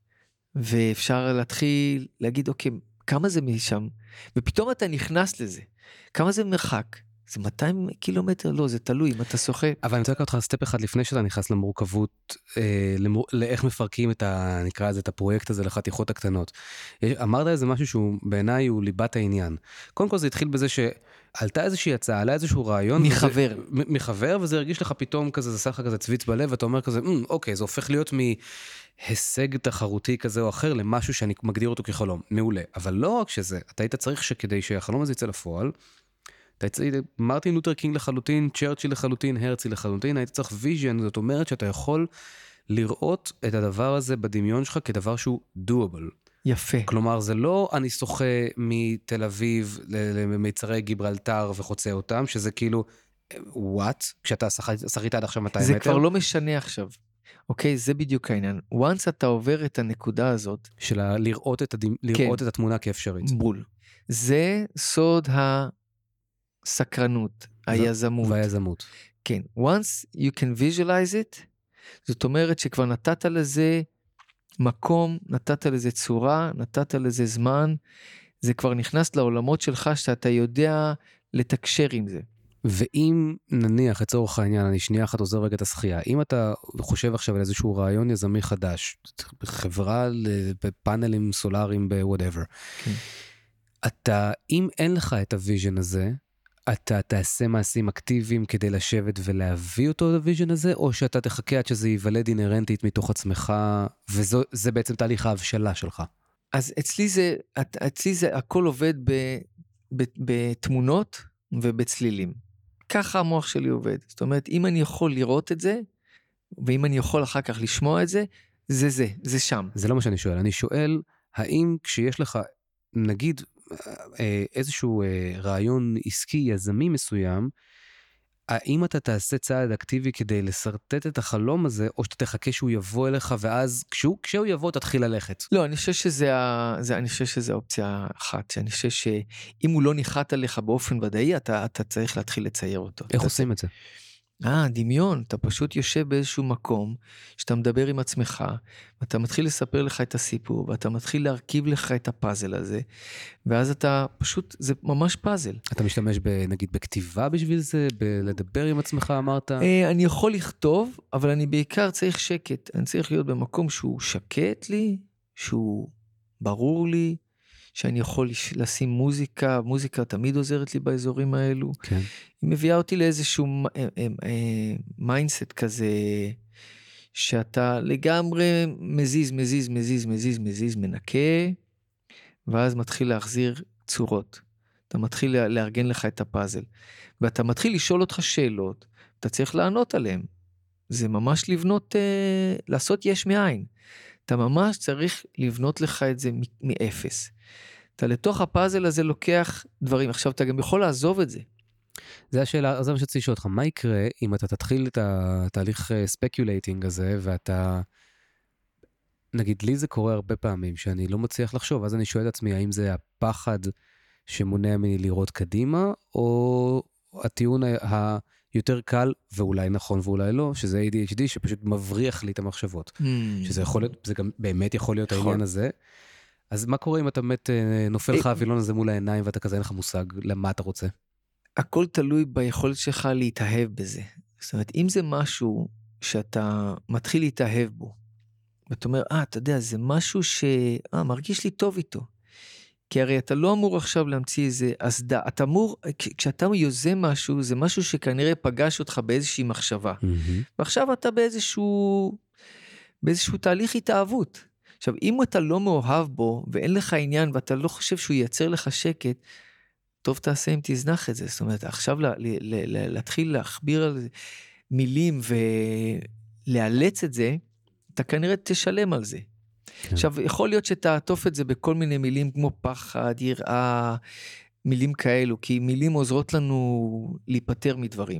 ואפשר להתחיל להגיד, אוקיי, כמה זה משם? ופתאום אתה נכנס לזה. כמה זה מרחק? זה מאתיים קילומטר? לא, זה תלוי אם אתה שוחה. אבל אני רוצה לקחת אותך סטפ אחד לפני שאתה נכנס למורכבות, אה, למור... לאיך מפרקים את ה... נקרא לזה, את הפרויקט הזה לחתיכות הקטנות. אמרת איזה משהו שהוא בעיניי הוא ליבת העניין. קודם כל זה התחיל בזה שעלתה איזושהי הצעה, עלה איזשהו רעיון. מחבר. וזה, מחבר, וזה הרגיש לך פתאום כזה, זה סך כזה צוויץ בלב, ואתה אומר כזה, אוקיי, זה הופך להיות מהישג תחרותי כזה או אחר, למשהו שאני מגדיר אותו כחלום. מעולה. אבל לא רק שזה, אתה היית צריך שכדי שהחלום הזה יצא לפועל, מרטין לותר קינג לחלוטין, צ'רצ'יל לחלוטין, הרצי לחלוטין, היית צריך ויז'ן, זאת אומרת שאתה יכול לראות את הדבר הזה בדמיון שלך כדבר שהוא doable. יפה. כלומר, זה לא אני שוחה מתל אביב למיצרי גיברלטר וחוצה אותם, שזה כאילו, what? כשאתה שחית עד עכשיו מאתיים מטר? זה כבר לא משנה עכשיו. אוקיי, זה בדיוק העניין. once אתה עובר את הנקודה הזאת, של לראות את, הדמ... כן. לראות את התמונה כאפשרית. בול. זה סוד ה... סקרנות, היזמות. והיזמות. כן, once you can visualize it, זאת אומרת שכבר נתת לזה מקום, נתת לזה צורה, נתת לזה זמן, זה כבר נכנס לעולמות שלך שאתה יודע לתקשר עם זה. ואם נניח, לצורך העניין, אני שנייה אחת עוזר רגע את השחייה, אם אתה חושב עכשיו על איזשהו רעיון יזמי חדש, חברה בפאנלים סולאריים ב-whatever, כן. אתה, אם אין לך את הוויז'ן הזה, אתה תעשה מעשים אקטיביים כדי לשבת ולהביא אותו לוויז'ן הזה, או שאתה תחכה עד שזה ייוולד אינרנטית מתוך עצמך, וזה בעצם תהליך ההבשלה שלך. אז אצלי זה, אצלי זה הכל עובד ב, ב, בתמונות ובצלילים. ככה המוח שלי עובד. זאת אומרת, אם אני יכול לראות את זה, ואם אני יכול אחר כך לשמוע את זה, זה זה, זה שם. זה לא מה שאני שואל. אני שואל, האם כשיש לך, נגיד, איזשהו רעיון עסקי יזמי מסוים, האם אתה תעשה צעד אקטיבי כדי לסרטט את החלום הזה, או שאתה תחכה שהוא יבוא אליך, ואז כשהוא, כשהוא יבוא תתחיל ללכת? לא, אני חושב שזה, זה, אני חושב שזה אופציה אחת, שאני חושב שאם הוא לא ניחת עליך באופן ודאי, אתה, אתה צריך להתחיל לצייר אותו. איך עושים את זה? אה, דמיון, אתה פשוט יושב באיזשהו מקום, שאתה מדבר עם עצמך, ואתה מתחיל לספר לך את הסיפור, ואתה מתחיל להרכיב לך את הפאזל הזה, ואז אתה פשוט, זה ממש פאזל. אתה משתמש נגיד בכתיבה בשביל זה, בלדבר עם עצמך, אמרת? אה, אני יכול לכתוב, אבל אני בעיקר צריך שקט, אני צריך להיות במקום שהוא שקט לי, שהוא ברור לי, שאני יכול לשים מוזיקה, מוזיקה תמיד עוזרת לי באזורים האלו. כן. היא מביאה אותי לאיזשהו מיינדסט כזה, שאתה לגמרי מזיז, מזיז, מזיז, מזיז, מזיז, מנקה, ואז מתחיל להחזיר צורות. אתה מתחיל לארגן לך את הפאזל, ואתה מתחיל לשאול אותך שאלות, אתה צריך לענות עליהן. זה ממש לבנות, לעשות יש מאין. אתה ממש צריך לבנות לך את זה מאפס. אתה לתוך הפאזל הזה לוקח דברים, עכשיו אתה גם יכול לעזוב את זה. זה השאלה, אז אני שצריך לשאול אותך, מה יקרה אם אתה תתחיל את התהליך ספקולייטינג הזה, ואתה, נגיד לי זה קורה הרבה פעמים, שאני לא מצליח לחשוב, אז אני שואל את עצמי, האם זה הפחד שמונע ממני לראות קדימה, או הטיעון היותר קל, ואולי נכון ואולי לא, שזה A D H D שפשוט מבריח לי את המחשבות. Mm. שזה יכול להיות, זה גם באמת יכול להיות העניין הזה. אז מה קורה אם אתה באמת נופל לך הווילון הזה מול העיניים, ואתה כזה אין לך מושג למה אתה רוצה? הכל תלוי ביכולת שלך להתאהב בזה. זאת אומרת, אם זה משהו שאתה מתחיל להתאהב בו, ואתה אומר, אה, אתה יודע, זה משהו ש... אה, מרגיש לי טוב איתו. כי הרי אתה לא אמור עכשיו להמציא איזה אסדה, אתה אמור, כשאתה יוזם משהו, זה משהו שכנראה פגש אותך באיזושהי מחשבה. Mm-hmm. ועכשיו אתה באיזשהו, באיזשהו תהליך התאהבות. עכשיו, אם אתה לא מאוהב בו, ואין לך עניין, ואתה לא חושב שהוא ייצר לך שקט, טוב תעשה אם תזנח את זה. זאת אומרת, עכשיו לה, לה, לה, להתחיל להכביר על מילים, ולהלץ את זה, אתה כנראה תשלם על זה. כן. עכשיו, יכול להיות שתעטוף את זה בכל מיני מילים, כמו פחד, יראה, מילים כאלו, כי מילים עוזרות לנו להיפטר מדברים.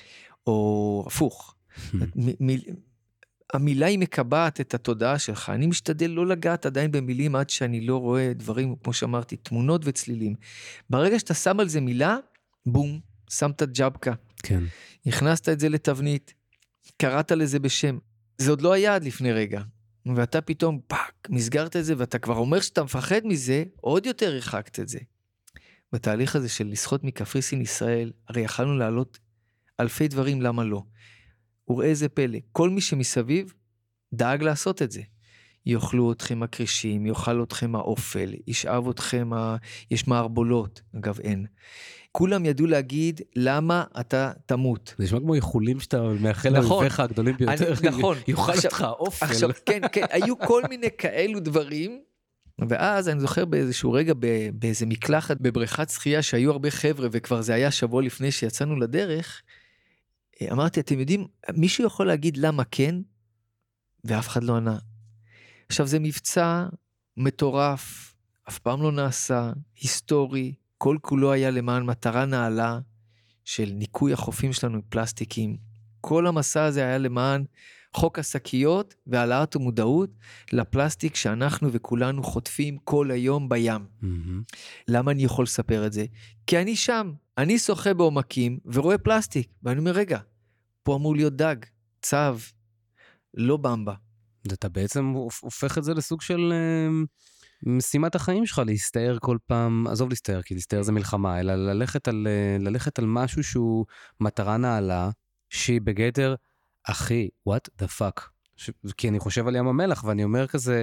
או הפוך. מיל... המילה היא מקבעת את התודעה שלך. אני משתדל לא לגעת עדיין במילים עד שאני לא רואה דברים, כמו שאמרתי, תמונות וצלילים. ברגע שאתה שם על זה מילה, בום, שמת ג'בקה. כן. הכנסת את זה לתבנית, קראת לזה בשם. זה עוד לא היה עד לפני רגע. ואתה פתאום, פאק, מסגרת את זה, ואתה כבר אומר שאתה מפחד מזה, עוד יותר הרחקת את זה. בתהליך הזה של לשחות מקפריסין ישראל, הרי יכלנו לעלות אלפי דברים, למה לא? וראה איזה פלא, כל מי שמסביב דאג לעשות את זה. יאכלו אתכם הקרישים, יאכל אתכם האופל, ישאב אתכם, ה... יש מערבולות, אגב אין. כולם ידעו להגיד למה אתה תמות. זה נשמע כמו איחולים שאתה מאחל לאויביך הגדולים ביותר. נכון. יאכל אותך האופל. עכשיו, כן, כן, היו כל מיני כאלו דברים, ואז אני זוכר באיזשהו רגע, באיזה מקלחת, בבריכת שחייה, שהיו הרבה חבר'ה, וכבר זה היה שבוע לפני שיצאנו לדרך, אמרתי, אתם יודעים, מישהו יכול להגיד למה כן, ואף אחד לא ענה. עכשיו זה מבצע מטורף, אף פעם לא נעשה, היסטורי, כל כולו היה למען מטרה נעלה, של ניקוי החופים שלנו מפלסטיקים. כל המסע הזה היה למען חוק השקיות, והעלאת המודעות לפלסטיק שאנחנו וכולנו חוטפים כל היום בים. Mm-hmm. למה אני יכול לספר את זה? כי אני שם, אני שוחה בעומקים ורואה פלסטיק, ואני אומר, רגע, פה אמור להיות דג, צב, לא במבה. אתה בעצם הופך את זה לסוג של משימת החיים שלך, להסתער כל פעם, עזוב להסתער, כי להסתער זה מלחמה, אלא ללכת על, ללכת על משהו שהוא מטרה נעלה, שהיא בגדר, אחי, what the fuck? ש... כי אני חושב על ים המלח, ואני אומר כזה,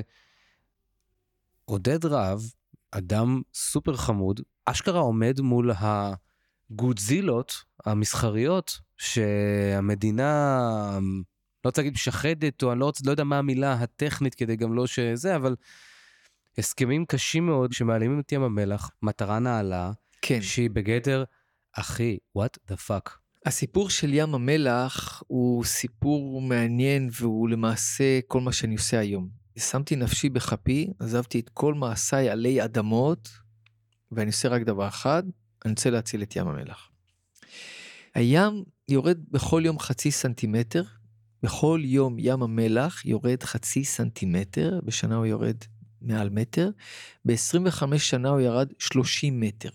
עודד רב, אדם סופר חמוד, אשכרה עומד מול הגודזילות המסחריות, שהמדינה, לא רוצה להגיד משחדת, או אני לא, לא יודע מה המילה הטכנית, כדי גם לא שזה, אבל הסכמים קשים מאוד, שמעלימים את ים המלח, מטרה נעלה, כן. שהיא בגדר, אחי, what the fuck? הסיפור של ים המלח הוא סיפור מעניין, והוא למעשה כל מה שאני עושה היום. שמתי נפשי בחפי, עזבתי את כל מעשיי עלי אדמות, ואני עושה רק דבר אחד, אני רוצה להציל את ים המלח. הים יורד בכל יום חצי סנטימטר, בכל יום ים המלח יורד חצי סנטימטר, בשנה הוא יורד מעל מטר, ב-עשרים וחמש שנה הוא ירד שלושים מטר.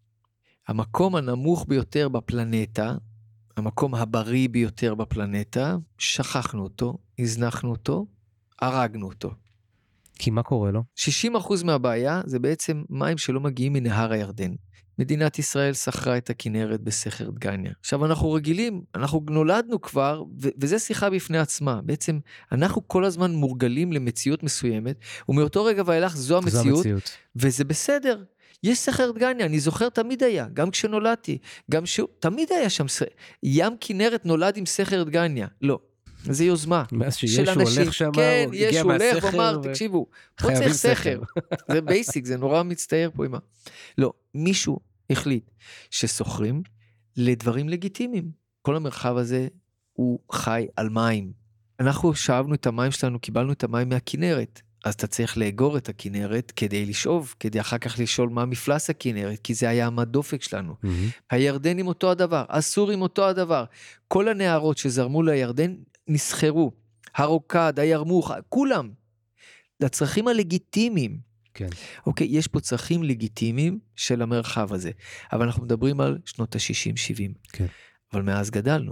המקום הנמוך ביותר בפלנטה, המקום הבריא ביותר בפלנטה, שכחנו אותו, הזנחנו אותו, הרגנו אותו. כי מה קורה לו? שישים אחוז מהבעיה זה בעצם מים שלא מגיעים מנהר הירדן. מדינת ישראל שכרה את הכנרת בסכר דגניה. עכשיו אנחנו רגילים, אנחנו נולדנו כבר, ו- וזה שיחה בפני עצמה. בעצם אנחנו כל הזמן מורגלים למציאות מסוימת, ומאותו רגע ואילך זו המציאות, זו המציאות. וזה בסדר. יש סכר דגניה, אני זוכר תמיד היה, גם כשנולדתי, גם שהוא, תמיד היה שם, ים כנרת נולד עם סכר דגניה. לא. זה יוזמה של אנשים, כן, ישו הולך ואומר, תקשיבו, פה צריך סכר, זה בייסיק, זה נורא מצטער פה אימה. לא, מישהו החליט שסוחרים לדברים לגיטימיים, כל המרחב הזה הוא חי על מים, אנחנו שאבנו את המים שלנו, קיבלנו את המים מהכנרת, אז אתה צריך לאגור את הכנרת כדי לשאוב, כדי אחר כך לשאול מה מפלס הכנרת, כי זה היה המדופק שלנו. Mm-hmm. הירדנים אותו הדבר, הסורים אותו הדבר, כל הנערות שזרמו לירדן נסחרו, הרוקד, הירמוך, כולם, לצרכים הלגיטימיים. כן. אוקיי, יש פה צרכים לגיטימיים של המרחב הזה, אבל אנחנו מדברים על שנות ה-שישים שבעים. כן. אבל מאז גדלנו.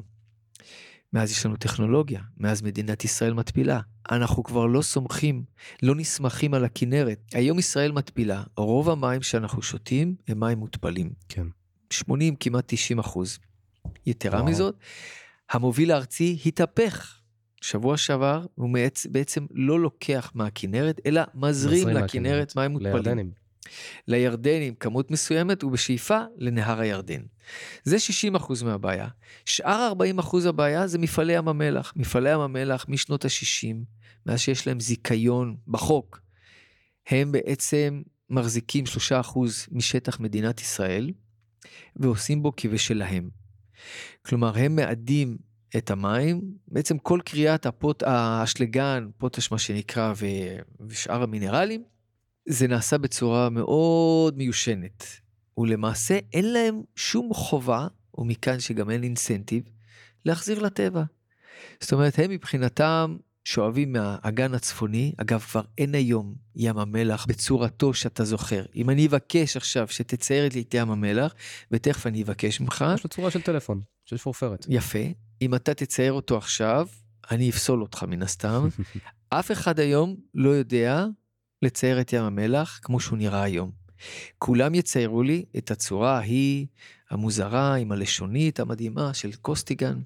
מאז יש לנו טכנולוגיה, מאז מדינת ישראל מתפילה. אנחנו כבר לא סומכים, לא נסמכים על הכנרת. היום ישראל מתפילה, רוב המים שאנחנו שותים הם מים מותפלים. כן. שמונים, כמעט תשעים אחוז. יתרה וואו. מזאת, המוביל הארצי התהפך. שבוע שעבר, הוא בעצם לא לוקח מהכנרת, אלא מזרים לכנרת מים מותפלים. לירדנים. לירדנים, כמות מסוימת, ובשאיפה לנהר הירדן. זה שישים אחוז מהבעיה. שאר ארבעים אחוז הבעיה זה מפעלי ים המלח. מפעלי ים המלח משנות ה-שישים, מאז שיש להם זיכיון בחוק, הם בעצם מחזיקים שלושה אחוז משטח מדינת ישראל, ועושים בו כבשלהם. כלומר, הם מאדים את המים, בעצם כל קריאת הפוט, האשלגן, פוטש מה שנקרא, ו... ושאר המינרלים, זה נעשה בצורה מאוד מיושנת, ולמעשה אין להם שום חובה, ומכאן שגם אין אינסנטיב, להחזיר לטבע. זאת אומרת, הם מבחינתם שואבים מהאגן הצפוני, אגב כבר אין היום ים המלח בצורתו שאתה זוכר. אם אני אבקש עכשיו שתצייר לי את ים המלח, ותכף אני אבקש ממך. יש לו צורה של טלפון, שיש פורפרת. יפה. אם אתה תצייר אותו עכשיו, אני אפסול אותך מן הסתם. אף אחד היום לא יודע לצייר את ים המלח כמו שהוא נראה היום. כולם יציירו לי את הצורה ההיא המוזרה עם הלשונית המדהימה של קוסטיגן.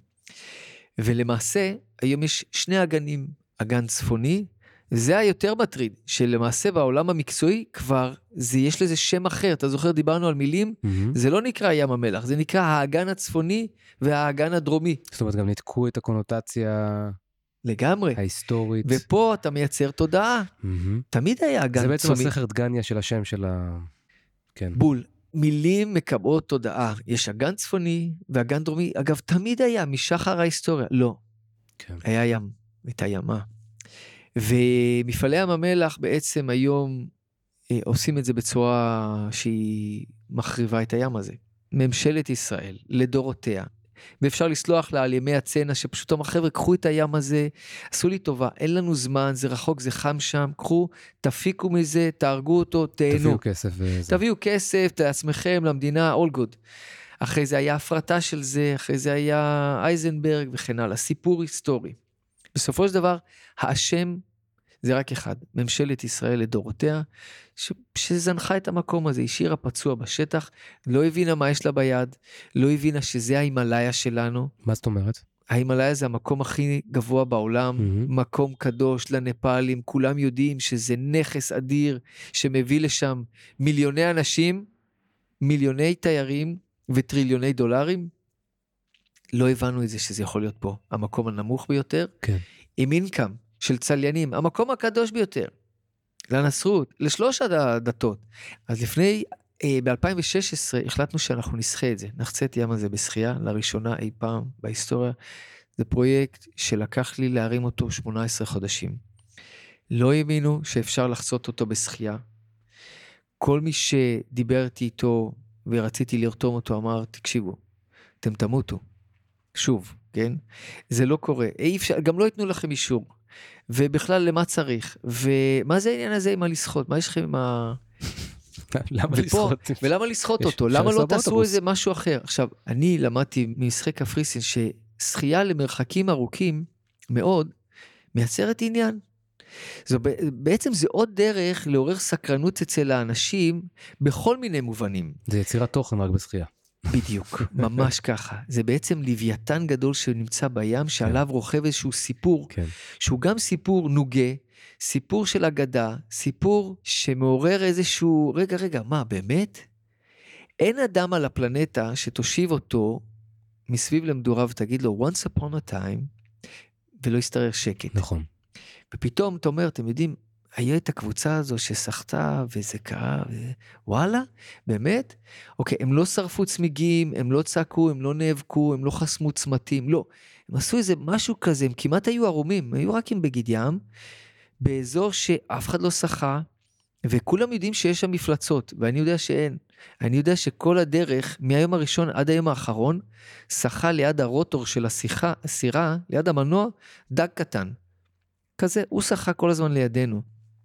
ולמעשה היום יש שני אגנים, אגן צפוני, זה היותר מטריד, שלמעשה בעולם המקצועי כבר זה, יש לזה שם אחר, אתה זוכר דיברנו על מילים, mm-hmm. זה לא נקרא ים המלח, זה נקרא האגן הצפוני והאגן הדרומי. זאת אומרת גם נתקו את הקונוטציה לגמרי. ההיסטורית. ופה אתה מייצר תודעה. Mm-hmm. תמיד היה אגן צפוני. זה בעצם הסכר דגניה של השם של ה... כן. בול. מילים מקבעות תודעה. יש אגן צפוני ואגן דרומי. אגב, תמיד היה משחר ההיסטוריה. לא. כן. היה ים. הייתה ימה. ומפעלי ים המלח בעצם היום אה, עושים את זה בצורה שהיא מחריבה את הים הזה. ממשלת ישראל, לדורותיה. ואפשר לסלוח לה על ימי הצנע, שפשוט אמר, חבר'ה, קחו את הים הזה, עשו לי טובה, אין לנו זמן, זה רחוק, זה חם שם, קחו, תפיקו מזה, תהרגו אותו, תהנו. תביאו כסף וזה. תביאו כסף, לעצמכם, למדינה, all good. אחרי זה היה הפרטה של זה, אחרי זה היה אייזנברג וכן הלאה, סיפור היסטורי. בסופו של דבר, האשם זה רק אחד, ממשלת ישראל לדורותיה, ש... שזנחה את המקום הזה, השאירה פצוע בשטח, לא הבינה מה יש לה ביד, לא הבינה שזה ההימלאיה שלנו. מה זאת אומרת? ההימלאיה זה המקום הכי גבוה בעולם, mm-hmm. מקום קדוש לנפאלים, כולם יודעים שזה נכס אדיר, שמביא לשם מיליוני אנשים, מיליוני תיירים וטריליוני דולרים. לא הבנו את זה שזה יכול להיות פה, המקום הנמוך ביותר, כן. עם אינקאם של צליינים, המקום הקדוש ביותר, לנצרות, לשלוש הדתות. אז לפני, אה, ב-אלפיים ושש עשרה, החלטנו שאנחנו נסחה את זה, נחצה את ים הזה בשחייה, לראשונה אי פעם בהיסטוריה. זה פרויקט שלקח לי להרים אותו שמונה עשרה חודשים. לא האמינו שאפשר לחצות אותו בשחייה. כל מי שדיבר איתו ורציתי לרתום אותו אמר, תקשיבו, אתם תמותו. שוב, כן? זה לא קורה. אי אפשר, גם לא ייתנו לכם אישור. ובכלל למה צריך? ומה זה העניין הזה עם הלשחות? מה יש לכם עם ה... למה ופה, לשחות? ולמה לשחות יש- אותו? אפשר למה לא לנסוע תעשו באוטובוס. איזה משהו אחר? עכשיו, אני למדתי ממשחק קפריסין ששחייה למרחקים ארוכים מאוד מייצרת עניין. זו, בעצם זה עוד דרך לעורר סקרנות אצל האנשים בכל מיני מובנים. זה יצירת תוכן רק בשחייה. בדיוק, ממש ככה. זה בעצם לוויתן גדול שנמצא בים, שעליו רוכב איזשהו סיפור, כן. שהוא גם סיפור נוגה, סיפור של אגדה, סיפור שמעורר איזשהו, רגע, רגע, מה, באמת? אין אדם על הפלנטה שתושיב אותו מסביב למדורה ותגיד לו, once upon a time, ולא יסתרר שקט. נכון. ופתאום אתה אומר, אתם יודעים, היה את הקבוצה הזו ששחתה וזה קרה, ו... וואלה, באמת? אוקיי, הם לא שרפו צמיגים, הם לא צעקו, הם לא נאבקו, הם לא חסמו צמתים, לא. הם עשו איזה משהו כזה, הם כמעט היו ערומים, היו רק עם בגיד ים, באזור שאף אחד לא שחה, וכולם יודעים שיש שם מפלצות, ואני יודע שאין. אני יודע שכל הדרך, מהיום הראשון עד היום האחרון, שחה ליד הרוטור של השיחה, הסירה, ליד המנוע, דג קטן. כזה, הוא שחה כל הזמן לידינו.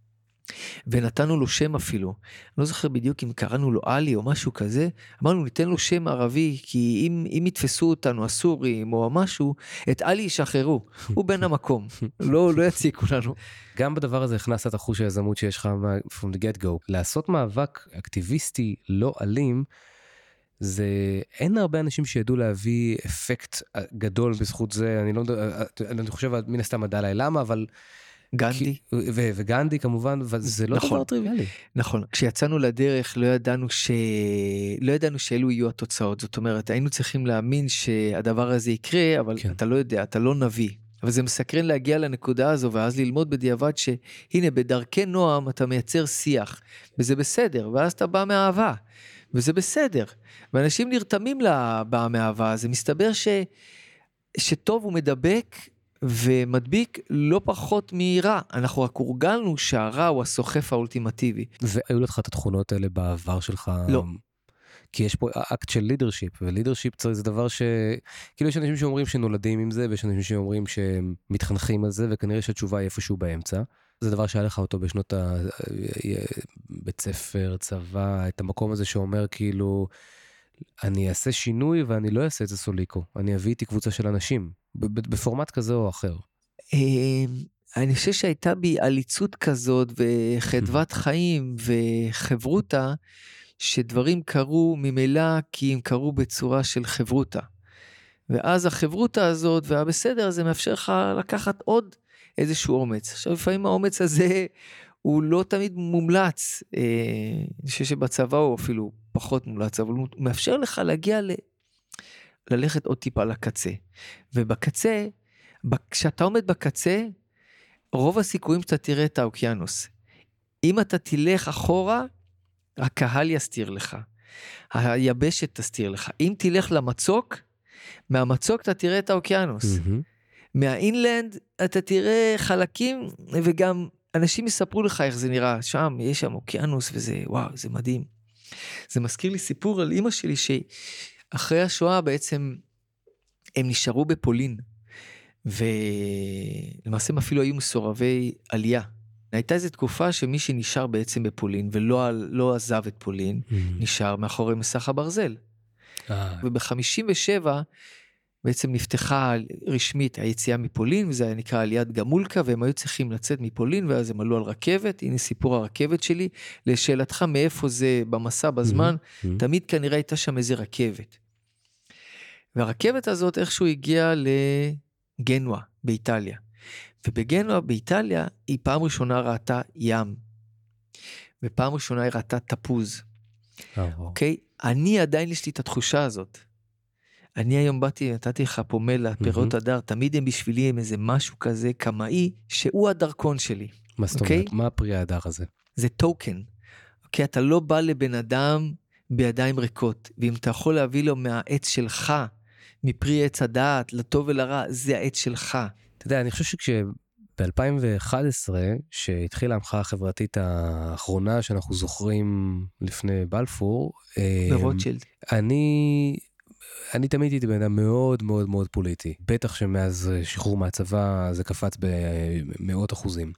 ונתנו לו שם אפילו. אני לא זוכר בדיוק אם קראנו לו אלי או משהו כזה. אמרנו, ניתן לו שם ערבי, כי אם, אם יתפסו אותנו הסורים או משהו, את אלי ישחררו. הוא בן המקום. לא, לא יציקו לנו. גם בדבר הזה הכנסת את החוש היזמות שיש לך from the get go. לעשות מאבק אקטיביסטי לא אלים, זה, אין הרבה אנשים שידעו להביא אפקט גדול בזכות זה, אני לא יודע, אני חושב מן הסתם מדע למה, אבל... גנדי. ו- וגנדי כמובן, אבל זה לא נכון. דבר טריוויאלי. נכון, כשיצאנו לדרך לא ידענו ש... לא ידענו שאלו יהיו התוצאות, זאת אומרת, היינו צריכים להאמין שהדבר הזה יקרה, אבל כן. אתה לא יודע, אתה לא נביא. אבל זה מסקרן להגיע לנקודה הזו, ואז ללמוד בדיעבד שהנה, בדרכי נועם אתה מייצר שיח, וזה בסדר, ואז אתה בא מאהבה, וזה בסדר. ואנשים נרתמים לבא מאהבה, זה מסתבר ש... שטוב הוא מדבק, ומדביק לא פחות מרע. אנחנו רק הורגלנו שהרע הוא הסוחף האולטימטיבי. והיו לך את התכונות האלה בעבר שלך? לא. כי יש פה אקט של לידרשיפ, ולידרשיפ זה דבר ש... כאילו יש אנשים שאומרים שנולדים עם זה, ויש אנשים שאומרים שהם מתחנכים על זה, וכנראה שהתשובה היא איפשהו באמצע. זה דבר שהיה לך אותו בשנות ה... בית ספר, צבא, את המקום הזה שאומר כאילו, אני אעשה שינוי ואני לא אעשה את זה סוליקו. אני אביא איתי קבוצה של אנשים, בפורמט כזה או אחר. אני חושב שהייתה בי עליצות כזאת, וחדוות חיים וחברותה, שדברים קרו ממילא כי הם קרו בצורה של חברותה. ואז החברותה הזאת והבסדר הזה מאפשר לך לקחת עוד איזשהו אומץ. עכשיו לפעמים האומץ הזה הוא לא תמיד מומלץ, אני חושב שבצבא הוא אפילו פחות מומלץ, אבל הוא מאפשר לך להגיע ל... ללכת עוד טיפה לקצה. ובקצה, כשאתה עומד בקצה, רוב הסיכויים אתה תראה את האוקיינוס. אם אתה תלך אחורה, הקהל יסתיר לך. היבשת תסתיר לך. אם תלך למצוק, מהמצוק אתה תראה את האוקיינוס. Mm-hmm. מהאינלנד אתה תראה חלקים, וגם אנשים יספרו לך איך זה נראה. שם, יש שם אוקיינוס, וזה, וואו, זה מדהים. זה מזכיר לי סיפור על אמא שלי, שאחרי השואה בעצם הם נשארו בפולין, ולמעשה הם אפילו היו מסורבי עלייה. הייתה איזו תקופה שמי שנשאר בעצם בפולין, ולא לא עזב את פולין, mm-hmm. נשאר מאחורי מסך הברזל. Ah. וב-חמישים ושבע בעצם נפתחה רשמית היציאה מפולין, וזה היה נקרא עליית גמולקה, והם היו צריכים לצאת מפולין, ואז הם עלו על רכבת. הנה סיפור הרכבת שלי. לשאלתך מאיפה זה במסע בזמן, mm-hmm. תמיד כנראה הייתה שם איזה רכבת. והרכבת הזאת איכשהו הגיעה לגנואה באיטליה. ובגנואה באיטליה היא פעם ראשונה ראתה ים. ופעם ראשונה היא ראתה תפוז. אוקיי? אני עדיין יש לי את התחושה הזאת. אני היום באתי, נתתי לך פה מלא, פירות הדר, תמיד הם בשבילי הם איזה משהו כזה קמאי, שהוא הדרכון שלי. מה זאת אומרת? מה הפרי הדר הזה? זה טוקן. אוקיי? אתה לא בא לבן אדם בידיים ריקות, ואם אתה יכול להביא לו מהעץ שלך, מפרי עץ הדעת, לטוב ולרע, זה העץ שלך. אתה יודע, אני חושב ב-אלפיים ואחת עשרה, שהתחילה המחאה החברתית האחרונה שאנחנו זוכרים לפני בלפור, ברוטשילד. אני, אני תמיד הייתי בן אדם מאוד מאוד מאוד פוליטי. בטח שמאז שחרור מהצבא זה קפץ במאות אחוזים.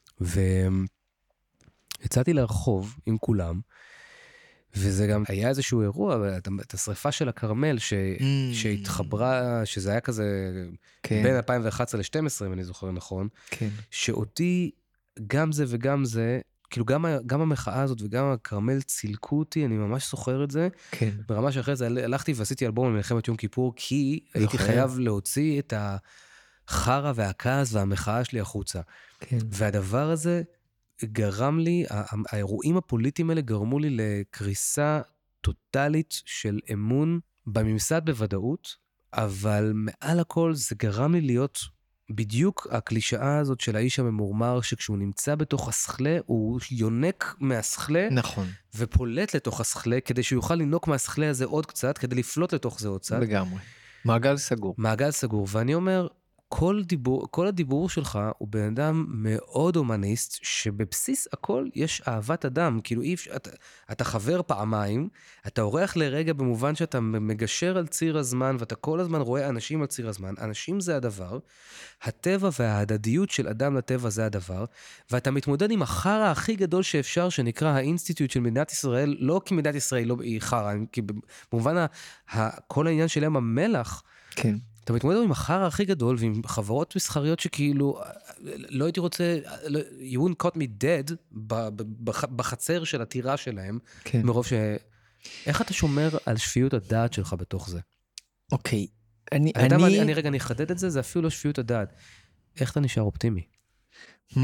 ויצאתי לרחוב עם כולם, וזה גם היה איזשהו אירוע, את השריפה של הכרמל, ש... mm. שהתחברה, שזה היה כזה, כן. בין אלפיים ואחת עשרה ל-שתים עשרה, אם אני זוכר נכון, כן. שאותי, גם זה וגם זה, כאילו גם, גם המחאה הזאת וגם הכרמל צילקו אותי, אני ממש זוכר את זה, כן. ברמה שאחרי זה הלכתי ועשיתי אלבום למלחמת יום כיפור, כי הייתי חייב להוציא את החרא והכעס והמחאה שלי החוצה. כן. והדבר הזה, גרם לי, האירועים הפוליטיים האלה גרמו לי לקריסה טוטלית של אמון בממסד בוודאות, אבל מעל הכל זה גרם לי להיות בדיוק הקלישאה הזאת של האיש הממורמר, שכשהוא נמצא בתוך השכלה, הוא יונק מהשכלה, נכון. ופולט לתוך השכלה, כדי שהוא יוכל לנוק מהשכלה הזה עוד קצת, כדי לפלוט לתוך זה עוד קצת. לגמרי. מעגל סגור. מעגל סגור, ואני אומר, כל דיבור, כל הדיבור שלך הוא בן אדם מאוד הומניסט, שבבסיס הכל יש אהבת אדם, כאילו אי אפשר, אתה, אתה חבר פעמיים, אתה עורך לרגע במובן שאתה מגשר על ציר הזמן, ואתה כל הזמן רואה אנשים על ציר הזמן, אנשים זה הדבר, הטבע וההדדיות של אדם לטבע זה הדבר, ואתה מתמודד עם החרא הכי גדול שאפשר, שנקרא האינסטיטוט של מדינת ישראל, לא כי מדינת ישראל לא היא חרא, כי במובן ה, ה, כל העניין של ים המלח, כן. אתה מתמודד עם החרא הכי גדול, ועם חברות מסחריות שכאילו, לא הייתי רוצה, you wouldn't caught me dead, בחצר של הטירה שלהם, כן. מרוב ש... איך אתה שומר על שפיות הדעת שלך בתוך זה? אוקיי, אני... אני, אני... אני רגע, אני אחדד את זה, זה אפילו לא שפיות הדעת. איך אתה נשאר אופטימי? Hmm.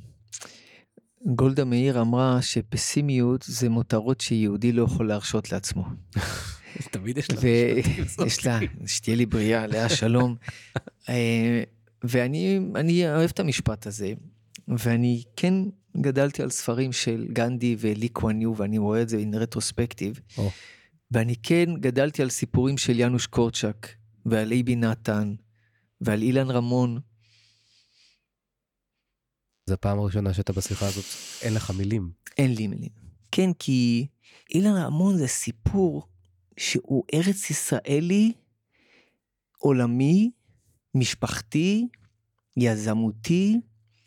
גולדה מאיר אמרה שפסימיות זה מותרות שיהודי לא יכול להרשות לעצמו. תמיד יש לה. ויש לה, שתהיה לי בריאה, עליה שלום. ואני אני אוהב את המשפט הזה, ואני כן גדלתי על ספרים של גנדי ולי קואן יו, ואני רואה את זה in retrospective, ואני כן גדלתי על סיפורים של יאנוש קורצ'אק, ועל איבי נתן, ועל אילן רמון. זו הפעם הראשונה שאתה בשיחה הזאת, אין לך מילים. אין לי מילים. כן, כי אילן רמון זה סיפור שהוא ארץ ישראלי, עולמי, משפחתי, יזמותי,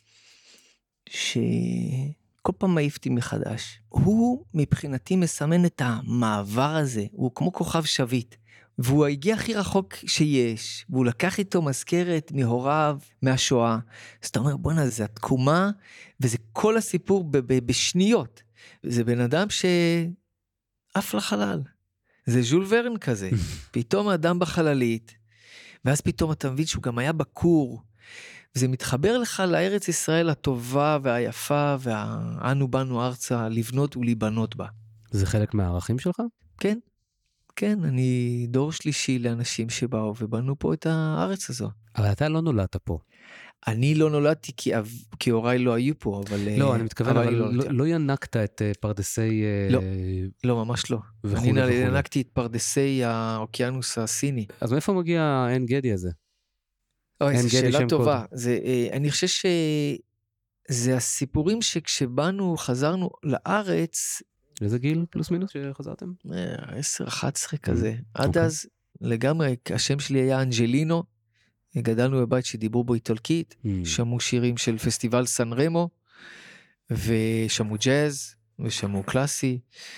שכל פעם מעיפתי מחדש. הוא מבחינתי מסמן את המעבר הזה, הוא כמו כוכב שביט, והוא הגיע הכי רחוק שיש, והוא לקח איתו מזכרת מהוריו, מהשואה. אז אתה אומר, בוא'נה, זה התקומה, וזה כל הסיפור ב- ב- בשניות. זה בן אדם שעף לחלל. זה ז'ול ורן כזה. פתאום האדם בחללית, ואז פתאום אתה מבין שהוא גם היה בקור, וזה מתחבר לך לארץ ישראל הטובה והיפה, ואנו באנו ארצה לבנות ולהיבנות בה. זה חלק מהערכים שלך? כן, כן, אני דור שלישי לאנשים שבאו ובנו פה את הארץ הזו. אבל אתה לא נולדת פה. אני לא נולדתי כי, כי הוריי לא היו פה, אבל... לא, אני מתכוון, אבל לא, לא, לא ינקת את פרדסי... לא, לא, ממש לא. אני ינקתי את פרדסי האוקיינוס הסיני. אז מאיפה מגיע האין גדי הזה? אוי, זו שאלה טובה. זה, אני חושב שזה הסיפורים שכשבאנו, חזרנו לארץ... איזה גיל פלוס מינוס שחזרתם? עשר, אחת עשרה כזה. עד אז לגמרי, השם שלי היה אנג'לינו, גדלנו בבית שדיברו בו איטלקית, שמעו שירים של פסטיבל סן רמו, ושמעו ג'אז, ושמעו קלאסי,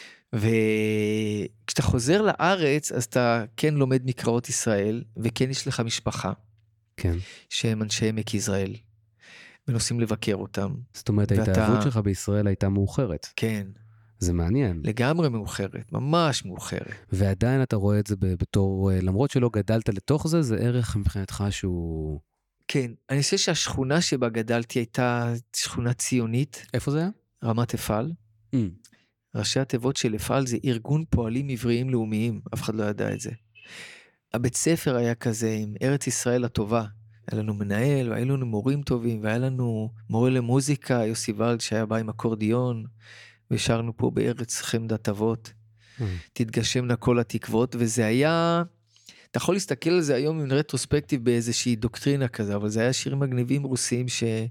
וכשאתה חוזר לארץ, אז אתה כן לומד מקראות ישראל, וכן יש לך משפחה, כן. שהם אנשי עמק יזרעאל, ונוסעים לבקר אותם. זאת אומרת, ההתאהבות שלך בישראל הייתה מאוחרת. כן. זה מעניין. לגמרי מאוחרת, ממש מאוחרת. ועדיין אתה רואה את זה בתור, למרות שלא גדלת לתוך זה, זה ערך מבחינתך שהוא... כן, אני חושב שהשכונה שבה גדלתי הייתה שכונה ציונית. איפה זה היה? רמת אפעל. Mm. ראשי התיבות של אפעל זה ארגון פועלים עבריים לאומיים, אף אחד לא ידע את זה. הבית ספר היה כזה עם ארץ ישראל הטובה. היה לנו מנהל, והיו לנו מורים טובים, והיה לנו מורה למוזיקה, יוסי ולד שהיה בא עם אקורדיון, ושרנו פה בארץ חמדת אבות, mm. תתגשמנה כל התקוות, וזה היה אתה יכול להסתכל על זה היום עם רטרוספקטיב באיזושהי דוקטרינה כזה, אבל זה היה שירים מגניבים רוסיים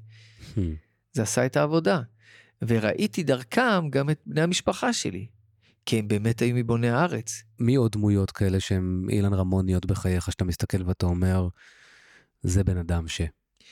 שזה עשה את העבודה. וראיתי דרכם גם את בני המשפחה שלי, כי הם באמת היו מבוני הארץ. מי עוד דמויות כאלה שהם אילן רמוניות בחייך, שאתה מסתכל ואתה אומר, זה בן אדם ש...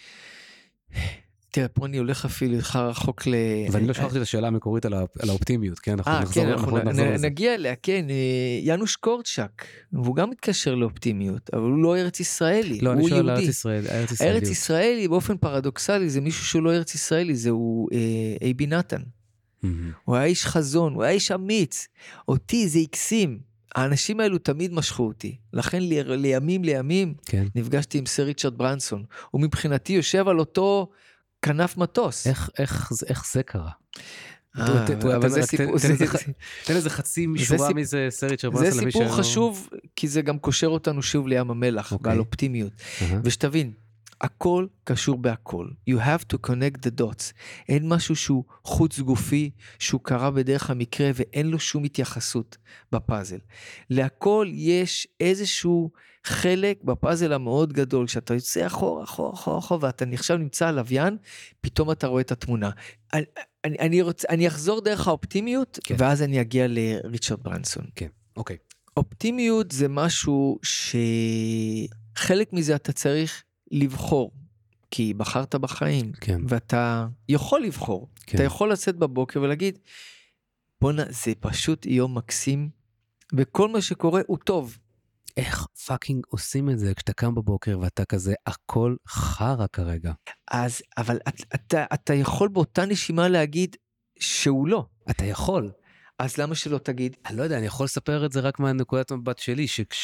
תראה, פה אני הולך אפילו לך רחוק ל... ואני לא שכחתי את השאלה המקורית על האופטימיות, כן? אנחנו אה, נחזור כן, אנחנו לזה. נגיע אליה, כן, יאנוש קורצ'אק, והוא גם מתקשר לאופטימיות, אבל הוא לא ארץ ישראלי, לא, אני הוא שואל על יהודי. ארץ ישראל, ארץ ארץ ישראליות. ישראלי, באופן פרדוקסלי, זה מישהו שהוא לא ארץ ישראלי, זהו אייבי נתן. הוא היה איש חזון, הוא היה איש אמיץ. אותי זה יקסים. האנשים האלו תמיד משכו אותי. לכן ל- לימים לימים כן. נפגשתי עם סר ריצ'רד ברנסון. הוא מבחינתי יושב על אותו כנף מטוס. איך, איך, זה- איך זה קרה? אה, ת- ת- אבל תן- זה רק תן- סיפור- תן זה- איזה ח- תן איזה חצי משורה סיפ- מזה סרט של זה ברנסון למי סיפור שלא- חשוב, כי זה גם קושר אותנו שוב לים המלח, אוקיי. ועל אופטימיות. אהה. ושתבין, הכל קשור בהכל. You have to connect the dots. אין משהו שהוא חוץ גופי, שהוא קרה בדרך המקרה, ואין לו שום התייחסות בפאזל. להכל יש איזשהו חלק בפאזל המאוד גדול, כשאתה יוצא אחורה, אחורה, אחורה, אחורה, ואתה עכשיו נמצא על לוויין, פתאום אתה רואה את התמונה. אני, אני, אני, רוצה, אני אחזור דרך האופטימיות, כן. ואז אני אגיע לריצ'רד ברנסון. כן, אוקיי. אופטימיות זה משהו שחלק מזה אתה צריך לבחור, כי בחרת בחיים, כן. ואתה יכול לבחור. כן. אתה יכול לצאת בבוקר ולהגיד, בונה, זה פשוט יום מקסים, וכל מה שקורה הוא טוב. איך פאקינג עושים את זה כשאתה קם בבוקר ואתה כזה, הכל חרא כרגע. אז, אבל אתה, אתה, אתה יכול באותה נשימה להגיד שהוא לא. אתה יכול. אז למה שלא תגיד? אני לא יודע, אני יכול לספר את זה רק מהנקודת מבט שלי,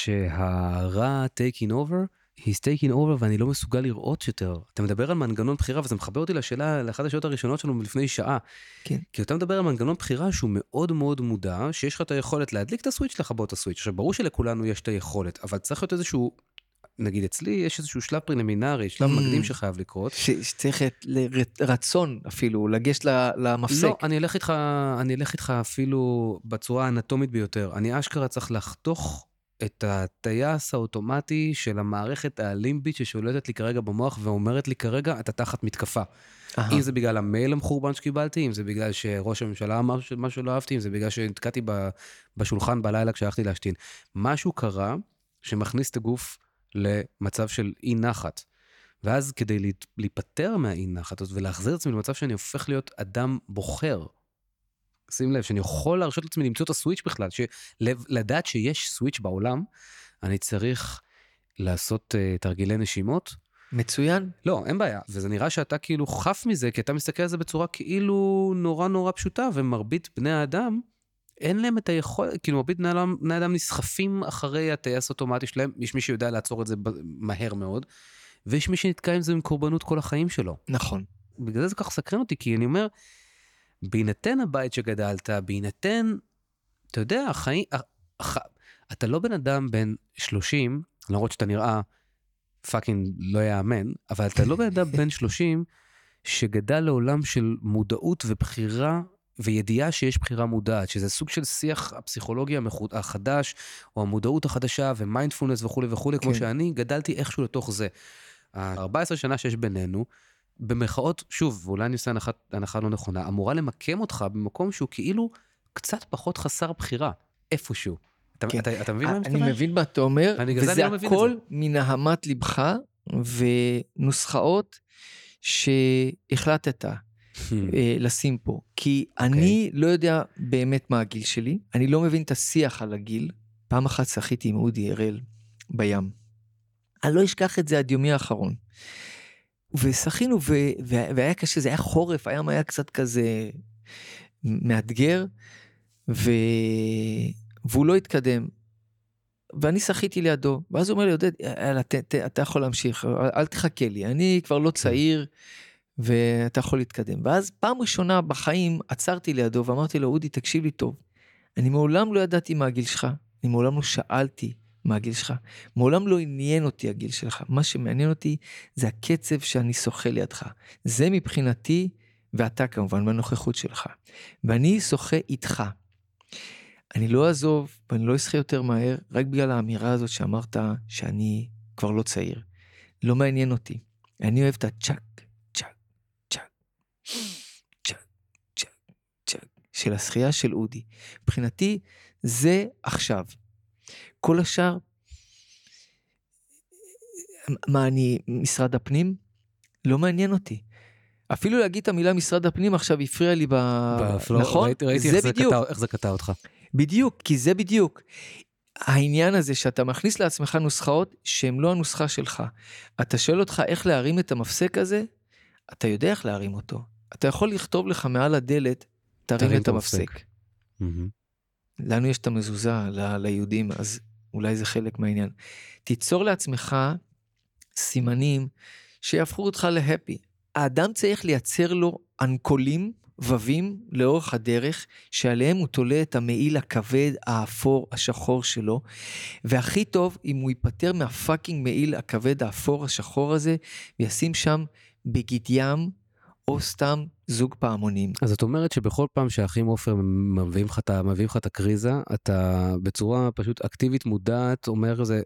שכשהרע taking over, he's taking over ואני לא מסוגל לראות יותר. אתה מדבר על מנגנון בחירה, וזה מחבר אותי לשאלה, לאחת השאלות הראשונות שלנו לפני שעה. כן. כי אתה מדבר על מנגנון בחירה שהוא מאוד מאוד מודע, שיש לך את היכולת להדליק את הסוויץ' לכבות את הסוויץ'. עכשיו, ברור שלכולנו יש את היכולת, אבל צריך להיות איזשהו, נגיד אצלי, יש איזשהו שלב פרלימינרי, שלב Mm. מקדים שחייב לקרות. ש- שצריך את- לרצון אפילו, לגשת ל- למפסק. לא, אני אלך איתך, אני אלך איתך אפילו בצורה האנטומית ביותר. אני אשכרה צריך לחתוך את הטייס האוטומטי של המערכת הלימבית ששולטת לי כרגע במוח ואומרת לי כרגע, אתה תחת מתקפה. אהה. אם זה בגלל המייל המחורבן שקיבלתי, אם זה בגלל שראש הממשלה אמר ש- משהו לא אהבתי, אם זה בגלל שנתקעתי ב- בשולחן בלילה כשהלכתי להשתין. משהו קרה שמכניס את הגוף למצב של אי נחת. ואז כדי להת- להיפטר מהאי נחת הזאת ולהחזיר את עצמי למצב שאני הופך להיות אדם בוחר. שים לב, שאני יכול להרשות לעצמי למצוא את הסוויץ' בכלל, שלב- לדעת שיש סוויץ' בעולם, אני צריך לעשות uh, תרגילי נשימות. מצוין. לא, אין בעיה, וזה נראה שאתה כאילו חף מזה, כי אתה מסתכל על זה בצורה כאילו נורא נורא פשוטה, ומרבית בני האדם, אין להם את היכולת, כאילו מרבית בני האדם, בני האדם נסחפים אחרי הטייס אוטומטי שלהם, יש מי שיודע לעצור את זה ב- מהר מאוד, ויש מי שנתקע עם זה עם קורבנות כל החיים שלו. נכון. בגלל זה זה כך סקרן אותי, כי אני אומר, בהינתן הבית שגדלת, בהינתן, אתה יודע, החיים, הח... אתה לא בן אדם בן שלושים, למרות שאתה נראה פאקינג לא יאמן, אבל אתה לא בן אדם בן שלושים, שגדל לעולם של מודעות ובחירה, וידיעה שיש בחירה מודעת, שזה סוג של שיח הפסיכולוגיה החדש, או המודעות החדשה, ומיינדפולנס וכו' וכו', כמו שאני גדלתי איכשהו לתוך זה. ה-ארבע עשרה שנה שיש בינינו, במחאות, שוב, ואולי אני עושה הנחה, הנחה לא נכונה, אמורה למקם אותך במקום שהוא כאילו קצת פחות חסר בחירה, איפשהו. אתה, כן. אתה, אתה מבין מה אני אני מתכוון? מבין מה אתה אומר, אני- בגלל זה וזה אני לא מבין את הכל זה. מנהמת לבך, ונוסחאות שהחלטת אה, לשים פה. כי אני לא יודע באמת מה הגיל שלי, אני לא מבין את השיח על הגיל. פעם אחת שחיתי עם אודי הראל בים. אני לא אשכח את זה עד יומי האחרון. ושחינו, ו- ו- והיה קשה, זה היה חורף, הים היה קצת כזה מאתגר, ו... והוא לא התקדם. ואני שחיתי לידו, ואז הוא אומר לי, עודד, יאללה, ת, ת, אתה יכול להמשיך, אל תחכה לי, אני כבר לא צעיר, ואתה יכול להתקדם. ואז פעם ראשונה בחיים עצרתי לידו, ואמרתי לו, אודי, תקשיב לי טוב, אני מעולם לא ידעתי מה הגיל שלך, אני מעולם לא שאלתי מה הגיל שלך, מעולם לא עניין אותי הגיל שלך, מה שמעניין אותי זה הקצב שאני שוחה לידך, זה מבחינתי, ואתה כמובן בנוכחות שלך, ואני שוחה איתך. אני לא אעזוב, ואני לא אשחה יותר מהר, רק בגלל האמירה הזאת שאמרת שאני כבר לא צעיר. לא מעניין אותי. אני אוהב את הצ'ק, צ'ק, צ'ק, צ'ק, צ'ק, צ'ק, של השחייה של אודי. מבחינתי, זה עכשיו. כל השאר, מה אני, משרד הפנים? לא מעניין אותי. אפילו להגיד את המילה משרד הפנים עכשיו הפריע לי ב... בפלור, נכון? ראיתי, ראיתי זה איך, בדיוק. זה קטע, איך זה קטע אותך. בדיוק, כי זה בדיוק. העניין הזה שאתה מכניס לעצמך נוסחאות שהן לא הנוסחה שלך. אתה שואל אותך איך להרים את המפסק הזה, אתה יודע איך להרים אותו. אתה יכול לכתוב לך מעל הדלת, תרים, תרים את המפסק. Mm-hmm. לנו יש את המזוזה ל- ליהודים, אז אולי זה חלק מהעניין. תיצור לעצמך סימנים שיהפכו אותך להפי. האדם צריך לייצר לו אנקולים, ווים לאורך הדרך, שעליהם הוא תולה את המעיל הכבד, האפור, השחור שלו, והכי טוב אם הוא ייפטר מהפאקינג מעיל הכבד, האפור, השחור הזה, וישים שם בגיד ים, או סתם זוג פעמונים. אז זאת אומרת שבכל פעם שהאחים עופר מביאים לך, מביאים לך את הקריזה, אתה בצורה פשוט אקטיבית מודעת, אומר זה,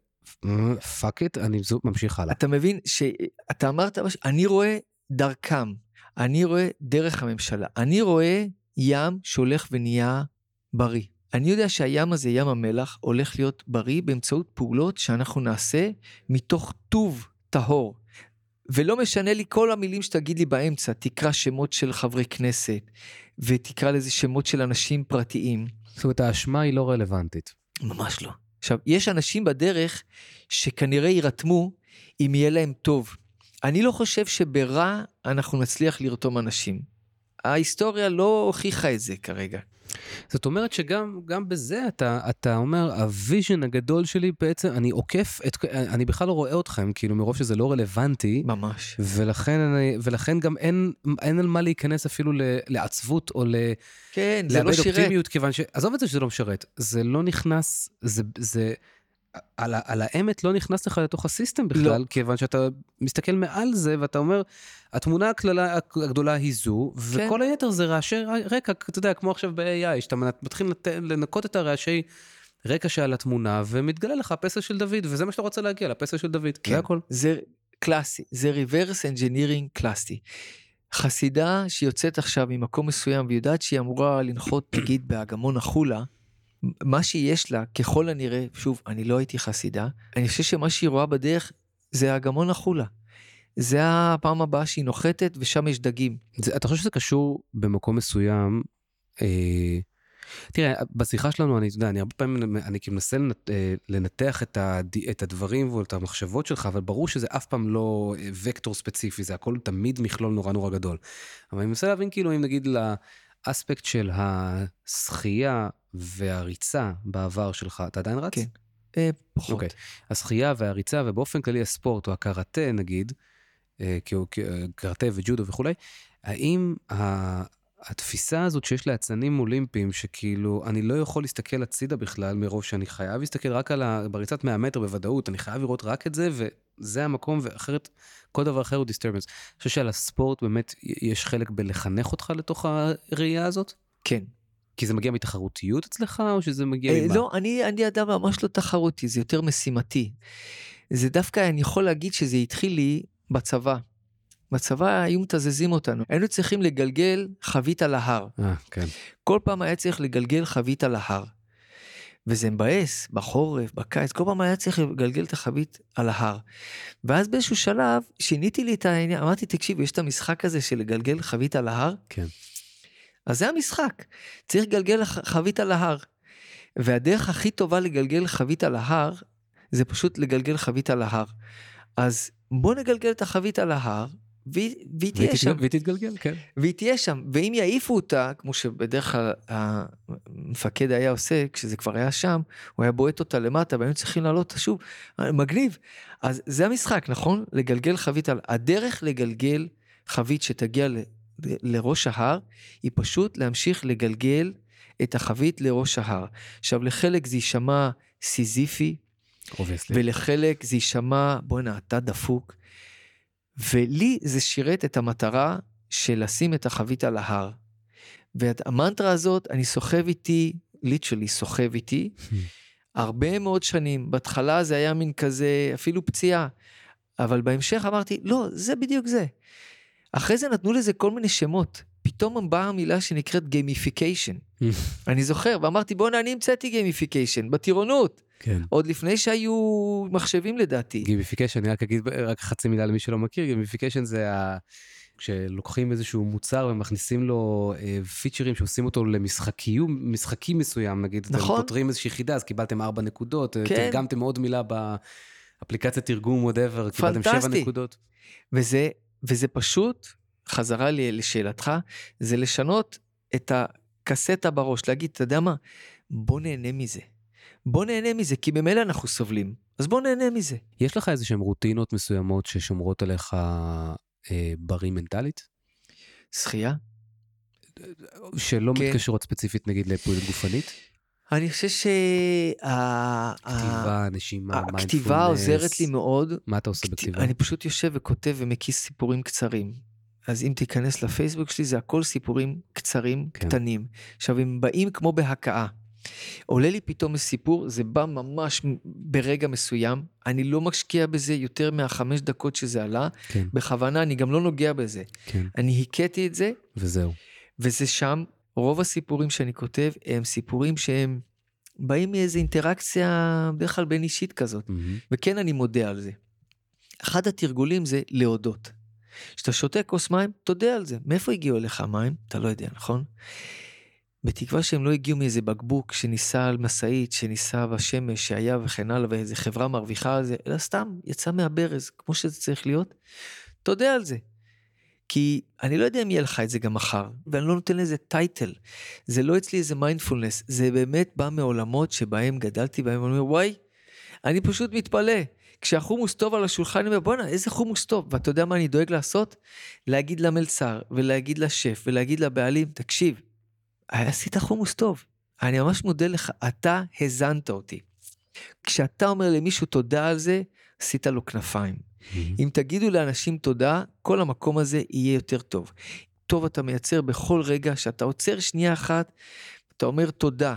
פאק איט, אני ממשיך הלאה. אתה מבין שאתה אמרת, אני רואה דרכם, אני רואה דרך הממשלה, אני רואה ים שהולך ונהיה בריא. אני יודע שהים הזה, ים המלח, הולך להיות בריא באמצעות פעולות שאנחנו נעשה מתוך טוב טהור. ולא משנה לי כל המילים שתגיד לי באמצע, תקרא שמות של חברי כנסת, ותקרא לזה שמות של אנשים פרטיים. זאת אומרת, האשמה היא לא רלוונטית. ממש לא. עכשיו, יש אנשים בדרך שכנראה יירתמו אם יהיה להם טוב. אני לא חושב שברע אנחנו נצליח לרתום אנשים. ההיסטוריה לא הוכיחה את זה כרגע. זאת אומרת שגם גם בזה אתה, אתה אומר, הוויז'ן הגדול שלי בעצם, אני עוקף, את, אני בכלל לא רואה אתכם, כאילו מרוב שזה לא רלוונטי. ממש. ולכן, אני, ולכן גם אין, אין על מה להיכנס אפילו לעצבות או ל... כן, זה לא שירת. אופטימיות, כיוון ש... עזוב את זה שזה לא משרת. זה לא נכנס, זה... זה על, על האמת לא נכנס לך לתוך הסיסטם בכלל, לא. כיוון שאתה מסתכל מעל זה, ואתה אומר, התמונה הכללה, הגדולה היא זו, כן. וכל היתר זה רעשי רקע, אתה יודע, כמו עכשיו ב-איי איי, שאתה מתחיל לנקות את הרעשי רקע שעל התמונה, ומתגלה לך הפסל של דוד, וזה מה שאתה רוצה להגיע, לפסל של דוד, כן. זה הכל. זה קלאסי, זה reverse engineering קלאסי. חסידה שיוצאת עכשיו ממקום מסוים, ויודעת שהיא אמורה לנחות, תגיד, בהגמון החולה, מה שיש לה, ככל הנראה, שוב, אני לא הייתי חסידה, אני חושב שמה שהיא רואה בדרך, זה הגמון החולה. זה הפעם הבאה שהיא נוחתת, ושם יש דגים. זה, אתה חושב שזה קשור במקום מסוים, אה, תראה, בשיחה שלנו, אני יודע, אני הרבה פעמים, אני כמנסה לנת, אה, לנתח את, הד, את הדברים, ואת המחשבות שלך, אבל ברור שזה אף פעם לא וקטור ספציפי, זה הכל תמיד מכלול נורא נורא גדול. אבל אני מנסה להבין, כאילו, אם נגיד לה, אספקט של השחייה והריצה בעבר שלך, אתה עדיין רץ? כן, אה, פחות. אוקיי, השחייה והריצה, ובאופן כללי הספורט, או הקראטה נגיד, אה, קראטה וג'ודו וכולי, האם התפיסה הזאת שיש לאצנים אולימפיים, שכאילו אני לא יכול להסתכל הצידה בכלל, מרוב שאני חייב להסתכל רק על בריצת מאה מטר בוודאות, אני חייב לראות רק את זה, וזה המקום, ואחרת, כל דבר אחר הוא דיסטרבנס. אני חושב שעל הספורט באמת יש חלק בלחנך אותך לתוך הראייה הזאת? כן. כי זה מגיע מתחרותיות אצלך, או שזה מגיע אה, ממה? לא, אני, אני אדם ממש לא תחרותי, זה יותר משימתי. זה דווקא, אני יכול להגיד שזה התחיל לי בצבא. בצבא היו מתזזים אותנו. היינו צריכים לגלגל חבית על ההר. אה, כן. כל פעם היה צריך לגלגל חבית על ההר. וזה מבאס, בחורף, בקיץ, כל פעם היה צריך לגלגל את החבית על ההר. ואז באיזשהו שלב, שיניתי לי את העניין, אמרתי, תקשיב, יש את המשחק הזה של לגלגל חבית על ההר? כן. אז זה המשחק. צריך לגלגל חבית על ההר. והדרך הכי טובה לגלגל חבית על ההר, זה פשוט לגלגל חבית על ההר. אז בוא נגלגל את החבית על ההר, והיא תהיה שם. והיא תתגלגל, כן. והיא תהיה שם, ואם יעיפו אותה, כמו שבדרך כלל המפקד היה עושה, כשזה כבר היה שם, הוא היה בועט אותה למטה, והיינו צריכים לעלות שוב, מגניב. אז זה המשחק, נכון? לגלגל חבית על... הדרך לגלגל חבית שתגיע ל... לראש ההר, היא פשוט להמשיך לגלגל את החבית לראש ההר. עכשיו, לחלק זה יישמע סיזיפי, Obviously. ולחלק זה יישמע, בוא הנה, אתה דפוק, ולי זה שירת את המטרה של לשים את החבית על ההר. והמנטרה הזאת, אני סוחב איתי ליטרלי סוחב איתי, הרבה מאוד שנים, בהתחלה זה היה מין כזה, אפילו פציעה, אבל בהמשך אמרתי, לא, זה בדיוק זה. אחרי זה נתנו לזה כל מיני שמות, פתאום באה המילה שנקראת גיימיפיקיישן. אני זוכר, ואמרתי, בוא אני המצאתי גיימיפיקיישן, בטירונות. כן. עוד לפני שהיו מחשבים לדעתי. גימיפיקיישן, אני רק אגיד רק חצי מילה למי שלא מכיר, גימיפיקיישן זה ה... כשלוקחים איזשהו מוצר ומכניסים לו אה, פיצ'רים שעושים אותו למשחקים משחקים מסוים, נגיד, נכון. אתם פותרים איזושהי חידה, אז קיבלתם ארבע נקודות, כן. תרגמתם עוד מילה באפליקציית תרגום, whatever, קיבלתם שבע נקודות. וזה, וזה פשוט, חזרה לי לשאלתך, זה לשנות את הקסטה בראש, להגיד, אתה יודע מה? בוא נהנה מזה. בוא נהנה מזה, כי במילא אנחנו סובלים. אז בוא נהנה מזה. יש לך איזה שהן רוטינות מסוימות ששומרות עליך אה, בריא מנטלית? שחייה? שלא כן. מתקשרות ספציפית נגיד לפעילות גופנית? אני חושב שה... כתיבה, נשימה, מיינדפולנס. הכתיבה עוזרת לי מאוד. מה אתה עושה בכתיבה? אני פשוט יושב וכותב ומקיס סיפורים קצרים. אז אם תיכנס לפייסבוק שלי, זה הכל סיפורים קצרים, כן. קטנים. עכשיו, הם באים כמו בהקאה. עולה לי פתאום סיפור, זה בא ממש ברגע מסוים, אני לא משקיע בזה יותר מהחמש דקות שזה עלה, כן. בכוונה אני גם לא נוגע בזה. כן. אני הכיתי את זה, וזהו. וזה שם, רוב הסיפורים שאני כותב, הם סיפורים שהם באים מאיזו אינטראקציה בדרך כלל בין אישית כזאת, Mm-hmm. וכן אני מודה על זה. אחד התרגולים זה להודות. כשאתה שותה כוס מים, תודה על זה. מאיפה הגיעו אליך המים? אתה לא יודע, נכון? בתקווה שהם לא הגיעו מאיזה בקבוק שניסה על מסעית, שניסה בשמש, שהיה וכן הלאה, ואיזה חברה מרוויחה על זה, אלא סתם יצא מהברז, כמו שזה צריך להיות. תודה על זה. כי אני לא יודע אם יהיה לך את זה גם מחר, ואני לא נותן לזה טייטל. זה לא אצלי איזה מיינדפולנס, זה באמת בא מעולמות שבהם גדלתי, בהם אני אומר, וואי, אני פשוט מתפלא. כשהחומוס טוב על השולחן, אני אומר, בוא'נה, איזה חומוס טוב. ואתה יודע מה אני דואג לעשות? להגיד למלצר, ולהגיד לשף, ולהגיד לבעלים, תקשיב, עשית חומוס טוב. אני ממש מודה לך, אתה הזנת אותי. כשאתה אומר למישהו תודה על זה, עשית לו כנפיים. Mm-hmm. אם תגידו לאנשים תודה, כל המקום הזה יהיה יותר טוב. טוב אתה מייצר בכל רגע, שאתה עוצר שנייה אחת, אתה אומר תודה.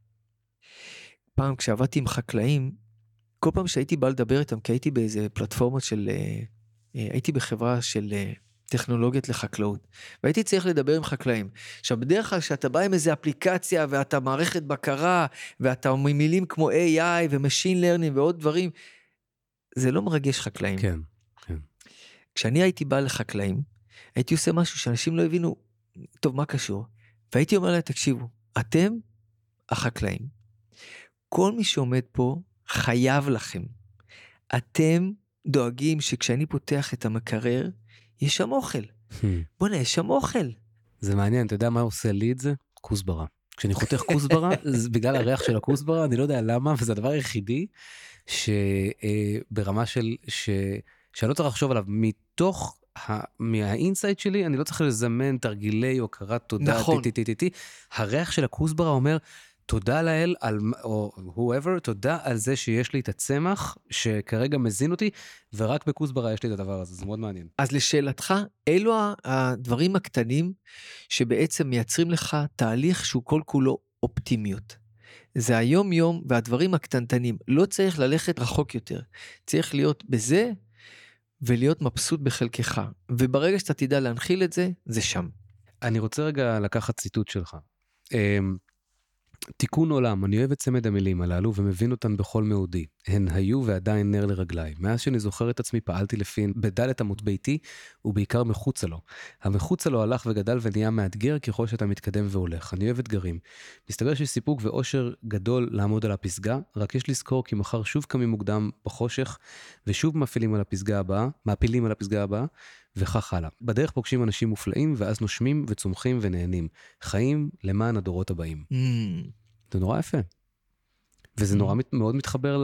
פעם כשעבדתי עם חקלאים, כל פעם שהייתי בא לדבר איתם, כי הייתי באיזה פלטפורמות של, הייתי בחברה של טכנולוגיות לחקלאות, והייתי צריך לדבר עם חקלאים. עכשיו, בדרך כלל שאתה בא עם איזה אפליקציה, ואתה מערכת בקרה, ואתה מילים כמו איי איי ו-Machine Learning ועוד דברים, זה לא מרגש חקלאים. כן, כן. כשאני הייתי בא לחקלאים, הייתי עושה משהו שאנשים לא הבינו, טוב, מה קשור? והייתי אומר להם, תקשיבו, אתם החקלאים. כל מי שעומד פה חייב לכם. אתם דואגים שכשאני פותח את המקרר, יש שם אוכל. בוא נה, יש שם אוכל. זה מעניין, אתה יודע מה עושה לי את זה? כוסברה. כשאני חותך כוסברה, בגלל הריח של הכוסברה, אני לא יודע למה, וזה הדבר היחידי, שברמה של, שאני לא צריך לחשוב עליו, מתוך, מהאינסייט שלי, אני לא צריך לזמן תרגילי או קראת תודה, נכון. טי, טי, טי, טי. הריח של הכוסברה אומר, תודה לאל, על, או whoever, תודה על זה שיש לי את הצמח, שכרגע מזין אותי, ורק בכוסברה יש לי את הדבר הזה, זה מאוד מעניין. אז לשאלתך, אלו הדברים הקטנים, שבעצם מייצרים לך תהליך שהוא כל כולו אופטימיות. זה היום יום, והדברים הקטנטנים, לא צריך ללכת רחוק יותר, צריך להיות בזה, ולהיות מבסוט בחלקך, וברגע שאתה תדע להנחיל את זה, זה שם. אני רוצה רגע לקחת ציטוט שלך. תיקון עולם, אני אוהב את צמד המילים הללו ומבין אותן בכל מאודי. הן היו ועדיין נר לרגליי. מאז שאני זוכר את עצמי פעלתי לפיהן בדלת אמות ביתי ובעיקר מחוצה לו. המחוצה לו הלך וגדל ונהיה מאתגר ככל שאתה מתקדם והולך. אני אוהב אתגרים. מסתבר שיש סיפוק ואושר גדול לעמוד על הפסגה, רק יש לזכור כי מחר שוב קמים מוקדם בחושך ושוב מפילים על הפסגה הבאה, מעפילים על הפסגה הבאה וכך הלאה. בדרך פוגשים אנשים מופלאים ואז נושמים וצומחים ונהנים. חיים למען הדורות הבאים. Mm. זה נורא יפה. וזה נורא מאוד מתחבר ל...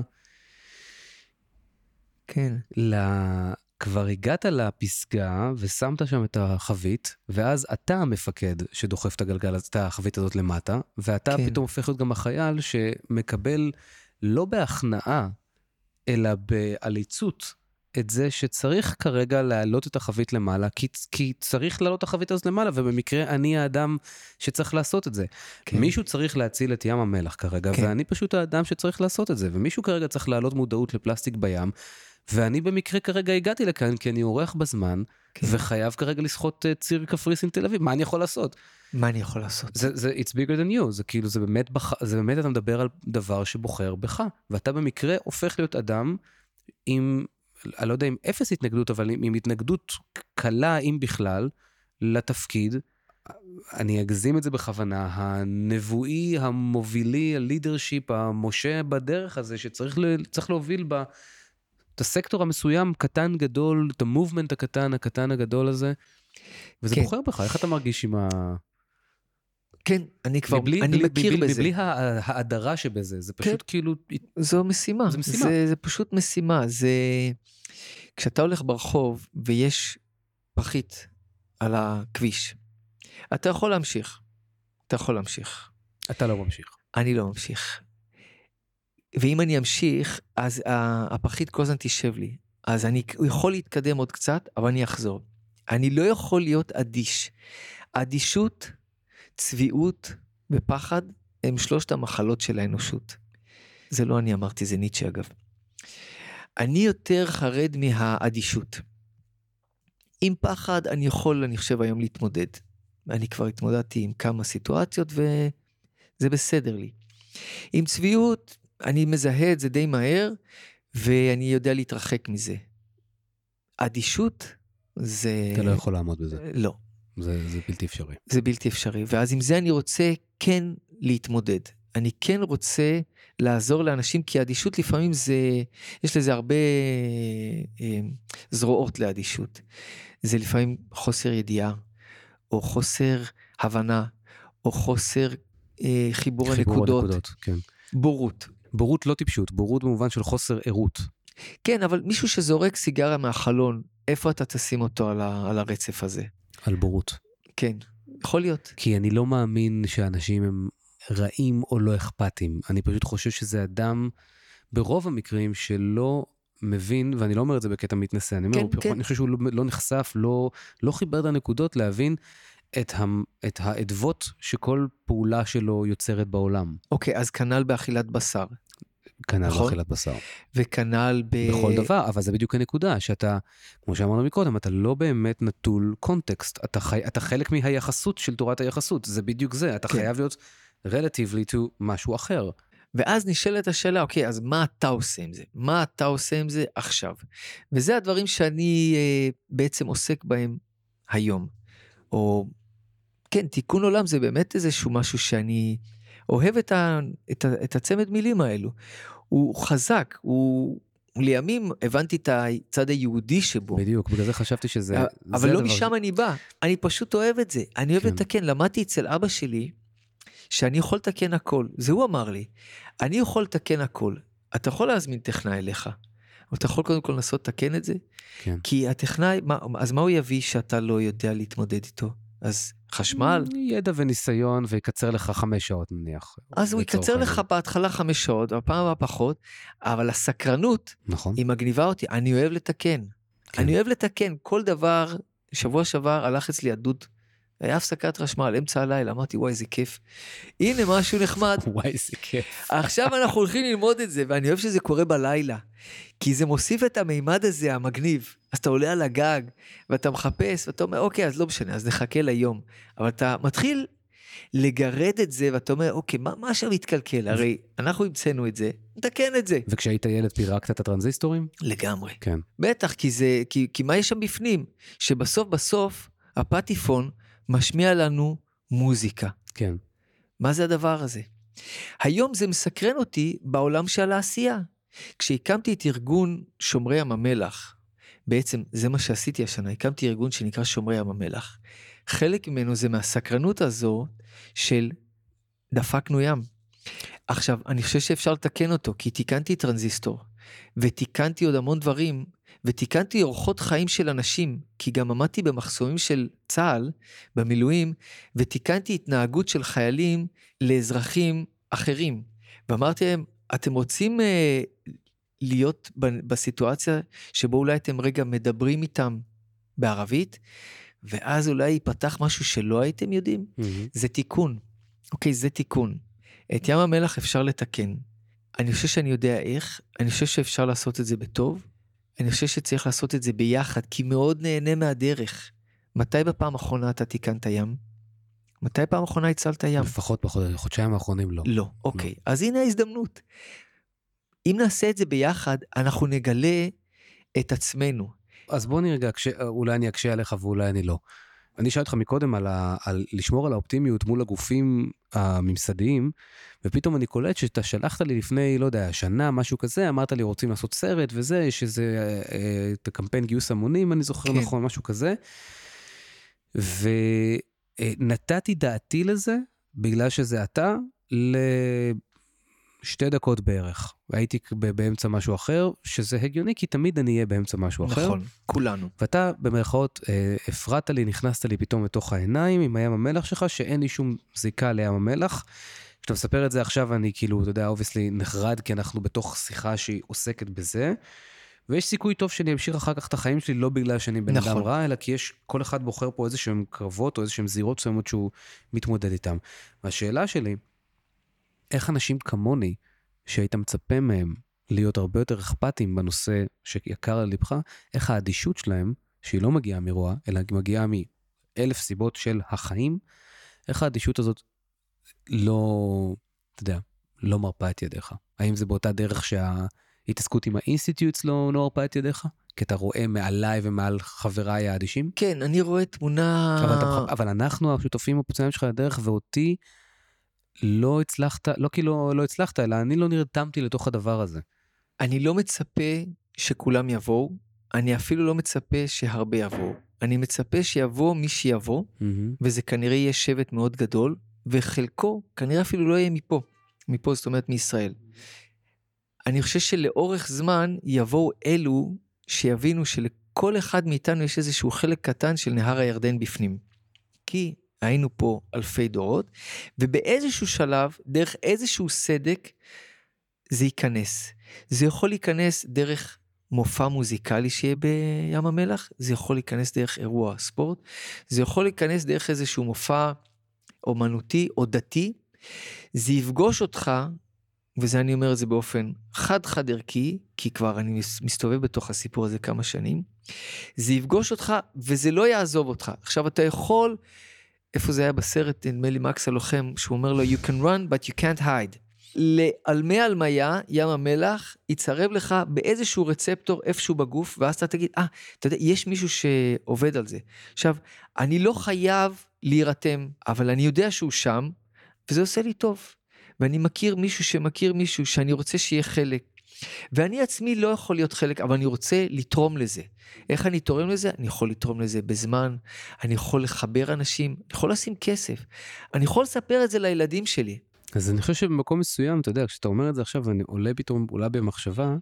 כן. ל... כבר הגעת לפסגה ושמת שם את החבית, ואז אתה המפקד שדוחף את הגלגל, את החבית הזאת למטה, ואתה כן. פתאום הופך להיות גם החייל שמקבל לא בהכנעה, אלא בעליצות את זה שצריך כרגע להעלות את החבית למעלה, כי, כי צריך להעלות את החבית הזאת למעלה, ובמקרה אני האדם שצריך לעשות את זה. כן. מישהו צריך להציל את ים המלח כרגע, כן. ואני פשוט האדם שצריך לעשות את זה, ומישהו כרגע צריך להעלות מודעות לפלסטיק בים, ואני במקרה כרגע הגעתי לכאן, כי אני עורך בזמן, כן. וחייב כרגע לשחות ציר קפריסין תל אביב. מה אני יכול לעשות? מה אני יכול לעשות? זה, זה, it's bigger than you. זה כאילו, זה באמת, בח, זה באמת, אתה מדבר על דבר שבוחר בך, ואתה במקרה הופך להיות אדם עם, אני לא יודע אם אפס התנגדות, אבל עם, עם התנגדות קלה, אם בכלל, לתפקיד. אני אגזים את זה בכוונה, הנבואי, המובילי, הלידרשיפ, המשה בדרך הזה, שצריך ל, צריך להוביל בה, את הסקטור המסוים, קטן גדול, את המובמנט הקטן, הקטן הגדול הזה, וזה כן. בוחר בך, איך אתה מרגיש עם ה... כן, אני כבר, מבלי, אני בלי, מכיר מבלי, בזה. מבלי ההדרה שבזה, זה פשוט כן. כאילו... זו משימה, זה משימה. זה, זה פשוט משימה, זה... כשאתה הולך ברחוב ויש פחית על הכביש, אתה יכול להמשיך, אתה יכול להמשיך. אתה לא ממשיך. אני לא ממשיך. ואם אני אמשיך, אז הפחית כל הזמן תשב לי. אז אני יכול להתקדם עוד קצת, אבל אני אחזור. אני לא יכול להיות אדיש. אדישות, צביעות ופחד, הם שלושת המחלות של האנושות. זה לא אני אמרתי, זה ניטשה אגב. אני יותר חרד מהאדישות. עם פחד אני יכול, אני חושב היום להתמודד. אני כבר התמודדתי עם כמה סיטואציות וזה בסדר לי. עם צביעות, אני מזהה את זה די מהר, ואני יודע להתרחק מזה. אדישות, זה... אתה לא יכול לעמוד בזה. לא. זה, זה בלתי אפשרי. זה בלתי אפשרי, ואז עם זה אני רוצה כן להתמודד. אני כן רוצה לעזור לאנשים, כי האדישות לפעמים זה, יש לזה הרבה אה, זרועות לאדישות. זה לפעמים חוסר ידיעה, או חוסר הבנה, או חוסר אה, חיבור, חיבור הנקודות. הנקודות, כן. בורות. בורות לא טיפשות, בורות במובן של חוסר ערות. כן, אבל מישהו שזורק סיגריה מהחלון, איפה אתה תשים אותו על, ה, על הרצף הזה? על בורות. כן, יכול להיות. כי אני לא מאמין שאנשים הם רעים או לא אכפתים. אני פשוט חושב שזה אדם, ברוב המקרים שלא מבין, ואני לא אומר את זה בקטע מתנשא, אני, כן, אומר, כן. אני חושב שהוא לא, לא נחשף, לא, לא חיבר את הנקודות להבין את, ה, את העדבות שכל פעולה שלו יוצרת בעולם. אוקיי, אז כנל באכילת בשר. כנל נכון? באכילת בשר. וכנל ב... בכל דבר, אבל זה בדיוק הנקודה, שאתה, כמו שאמרנו מקודם, אתה לא באמת נטול קונטקסט, אתה, חי, אתה חלק מהיחסות של תורת היחסות, זה בדיוק זה, אתה כן. חייב להיות relatively to משהו אחר. ואז נשאלת השאלה, אוקיי, אז מה אתה עושה עם זה? מה אתה עושה עם זה עכשיו? וזה הדברים שאני אה, בעצם עוסק בהם היום. או, כן, תיקון עולם זה באמת איזשהו משהו שאני אוהב את, ה, את, ה, את הצמד מילים האלו. הוא חזק, הוא... לימים הבנתי את הצד היהודי שבו. בדיוק, בגלל זה חשבתי שזה... אבל לא משם אני בא, אני פשוט אוהב את זה. אני אוהב לתקן, למדתי אצל אבא שלי, שאני יכול לתקן הכל. זה הוא אמר לי, אני יכול לתקן הכל. אתה יכול להזמין טכנאי אליך, אבל אתה יכול קודם כל לנסות לתקן את זה, כן. כי הטכנאי, אז מה הוא יביא שאתה לא יודע להתמודד איתו? אז חשמל? ידע וניסיון, ויקצר לך חמש שעות נניח. אז הוא יקצר לך בהתחלה חמש שעות, בפעם הבאה פחות, אבל הסקרנות, נכון. היא מגניבה אותי, אני אוהב לתקן. כן. אני אוהב לתקן כל דבר. שבוע שעבר הלך אצלי הדוד, היה הפסקת חשמל, אמצע הלילה, אמרתי וואי זה כיף, הנה משהו נחמד, וואי זה כיף. עכשיו אנחנו הולכים ללמוד את זה, ואני אוהב שזה קורה בלילה, כי זה מוסיף את המימד הזה המגניב, אז אתה עולה על הגג, ואתה מחפש, ואתה אומר אוקיי אז לא משנה, אז נחכה ליום, אבל אתה מתחיל לגרד את זה, ואתה אומר אוקיי מה, מה עכשיו מתקלקל, הרי אנחנו המצאנו את זה, נתקן את זה. וכשהיית ילד פירקת את הטרנזיסטורים? לגמרי. כן. בטח, כי זה, כי, כי מה יש שם בפנים? שבסוף בסוף הפטיפון משמיע לנו מוזיקה. כן. מה זה הדבר הזה? היום זה מסקרן אותי בעולם של העשייה. כשהקמתי את ארגון שומרי ים המלח, בעצם זה מה שעשיתי השנה, הקמתי ארגון שנקרא שומרי ים המלח. חלק ממנו זה מהסקרנות הזו של דפקנו ים. עכשיו, אני חושב שאפשר לתקן אותו, כי תיקנתי טרנזיסטור, ותיקנתי עוד המון דברים, ותיקנתי אורחות חיים של אנשים, כי גם עמדתי במחסומים של צה"ל, במילואים, ותיקנתי התנהגות של חיילים לאזרחים אחרים. ואמרתי להם, אתם רוצים אה, להיות בסיטואציה שבו אולי אתם רגע מדברים איתם בערבית, ואז אולי ייפתח משהו שלא הייתם יודעים. Mm-hmm. זה תיקון. אוקיי, זה תיקון. את ים המלח אפשר לתקן. אני חושב שאני יודע איך, אני חושב שאפשר לעשות את זה בטוב, אני חושב שצריך לעשות את זה ביחד, כי מאוד נהנה מהדרך. מתי בפעם האחרונה אתה תיקנת ים? מתי פעם האחרונה הצלת ים? לפחות בחודשיים האחרונים לא. לא, אוקיי. לא. אז הנה ההזדמנות. אם נעשה את זה ביחד, אנחנו נגלה את עצמנו. אז בוא נרגע, אולי אני אקשה עליך ואולי אני לא. אני שאלתי אותך מקודם על, ה, על לשמור על האופטימיות מול הגופים הממסדיים, ופתאום אני קולט שאתה שלחת לי לפני, לא יודע, שנה, משהו כזה, אמרת לי רוצים לעשות סרט וזה, שזה אה, את הקמפיין גיוס המונים, אני זוכר כן. נכון, משהו כזה. ונתתי דעתי לזה, בגלל שזה אתה, לשתי דקות בערך. והייתי באמצע משהו אחר, שזה הגיוני, כי תמיד אני אהיה באמצע משהו אחר. נכון, כולנו. ואתה במרכאות הפרעת לי, נכנסת לי פתאום לתוך העיניים עם הים המלח שלך, שאין לי שום זיקה לים המלח. כשאתה מספר את זה עכשיו, אני כאילו, אתה יודע, obviously נחרד, כי אנחנו בתוך שיחה שהיא עוסקת בזה, ויש סיכוי טוב שאני אמשיך אחר כך את החיים שלי, לא בגלל שאני בן אדם רע, אלא כי יש, כל אחד בוחר פה איזה שהם קרבות, או איזה שהם זירות מסוימות שהוא מתמודד איתם. והשאלה שלי, איך אנשים כמוני, שהיית מצפה מהם להיות הרבה יותר אכפתיים בנושא שיקר על לבך, איך האדישות שלהם, שהיא לא מגיעה מרוע, אלא מגיעה מאלף סיבות של החיים, איך האדישות הזאת לא, אתה יודע, לא מרפא את ידיך? האם זה באותה דרך שההתעסקות עם האינסטיטוטס לא, לא מרפא את ידיך? כי אתה רואה מעליי ומעל חבריי האדישים? כן, אני רואה תמונה... אבל, אתה, אבל אנחנו, השותפים הפוצעים שלך לדרך, ואותי, לא הצלחת, לא כי לא, לא הצלחת, אלא אני לא נרתמתי לתוך הדבר הזה. אני לא מצפה שכולם יבואו, אני אפילו לא מצפה שהרבה יבואו. אני מצפה שיבוא מי שיבוא, mm-hmm. וזה כנראה יהיה שבט מאוד גדול, וחלקו כנראה אפילו לא יהיה מפה, מפה זאת אומרת מישראל. אני חושב שלאורך זמן יבואו אלו שיבינו שלכל אחד מאיתנו יש איזשהו חלק קטן של נהר הירדן בפנים. כי היינו פה אלפי דורות, ובאיזשהו שלב, דרך איזשהו סדק, זה ייכנס. זה יכול להיכנס דרך מופע מוזיקלי שיהיה בים המלח, זה יכול להיכנס דרך אירוע ספורט, זה יכול להיכנס דרך איזשהו מופע אומנותי או דתי, זה יפגוש אותך, וזה אני אומר את זה באופן חד חד ערכי, כי כבר אני מסתובב בתוך הסיפור הזה כמה שנים, זה יפגוש אותך וזה לא יעזוב אותך. עכשיו אתה יכול... איפה זה היה בסרט, נדמה לי מקס הלוחם, שהוא אומר לו, you can run, but you can't hide. לעלמי עלמיה, ים המלח, יצרב לך באיזשהו רצפטור, איפשהו בגוף, ואז אתה תגיד, אה, אתה יודע, יש מישהו שעובד על זה. עכשיו, אני לא חייב להירתם, אבל אני יודע שהוא שם, וזה עושה לי טוב. ואני מכיר מישהו שמכיר מישהו, שאני רוצה שיהיה חלק. ואני עצמי לא יכול להיות חלק, אבל אני רוצה לתרום לזה. איך אני תורם לזה? אני יכול לתרום לזה בזמן, אני יכול לחבר אנשים, אני יכול לשים כסף, אני יכול לספר את זה לילדים שלי. אז אני חושב שבמקום מסוים, אתה יודע, כשאתה אומר את זה עכשיו, אני עולה פתאום, עולה במחשבה,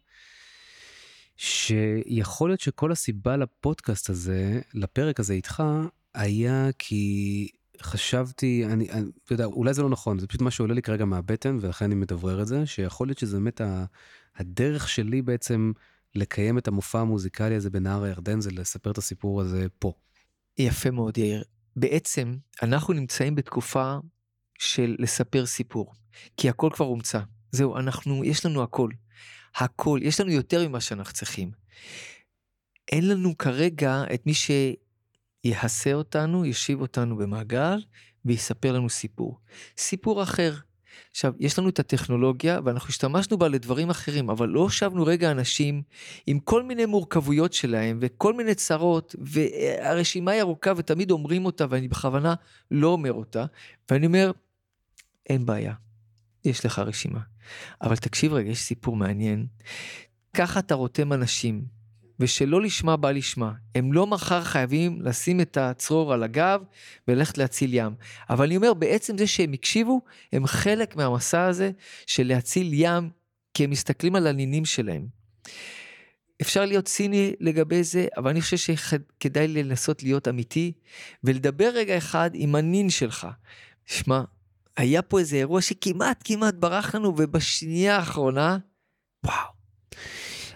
שיכול להיות שכל הסיבה לפודקאסט הזה, לפרק הזה איתך, היה כי חשבתי, אני, אני, אתה יודע, אולי זה לא נכון, זה פשוט מה שעולה לי כרגע מהבטן, ולכן אני מדברר את זה, שיכול להיות שזה באמת הדרך שלי בעצם לקיים את המופע המוזיקלי הזה בנהר הירדן, זה לספר את הסיפור הזה פה. יפה מאוד, יאיר. בעצם אנחנו נמצאים בתקופה של לספר סיפור, כי הכל כבר הומצא. זהו, אנחנו, יש לנו הכל. הכל, יש לנו יותר ממה שאנחנו צריכים. אין לנו כרגע את מי שיחסה אותנו, ישיב אותנו במעגל, ויספר לנו סיפור. סיפור אחר. עכשיו, יש לנו את הטכנולוגיה, ואנחנו השתמשנו בה לדברים אחרים, אבל לא שבנו רגע אנשים עם כל מיני מורכבויות שלהם, וכל מיני צרות, והרשימה היא ארוכה, ותמיד אומרים אותה, ואני בכוונה לא אומר אותה, ואני אומר, אין בעיה, יש לך רשימה. אבל תקשיב רגע, יש סיפור מעניין. ככה אתה רותם אנשים, ושלא לשמה בא לשמה. הם לא מחר חייבים לשים את הצרור על הגב, ולכת להציל ים. אבל אני אומר, בעצם זה שהם הקשיבו, הם חלק מהמסע הזה, של להציל ים, כי הם מסתכלים על הנינים שלהם. אפשר להיות ציני לגבי זה, אבל אני חושב שכדאי לנסות להיות אמיתי, ולדבר רגע אחד עם הנין שלך. שמע, היה פה איזה אירוע שכמעט כמעט ברח לנו, ובשנייה האחרונה, וואו.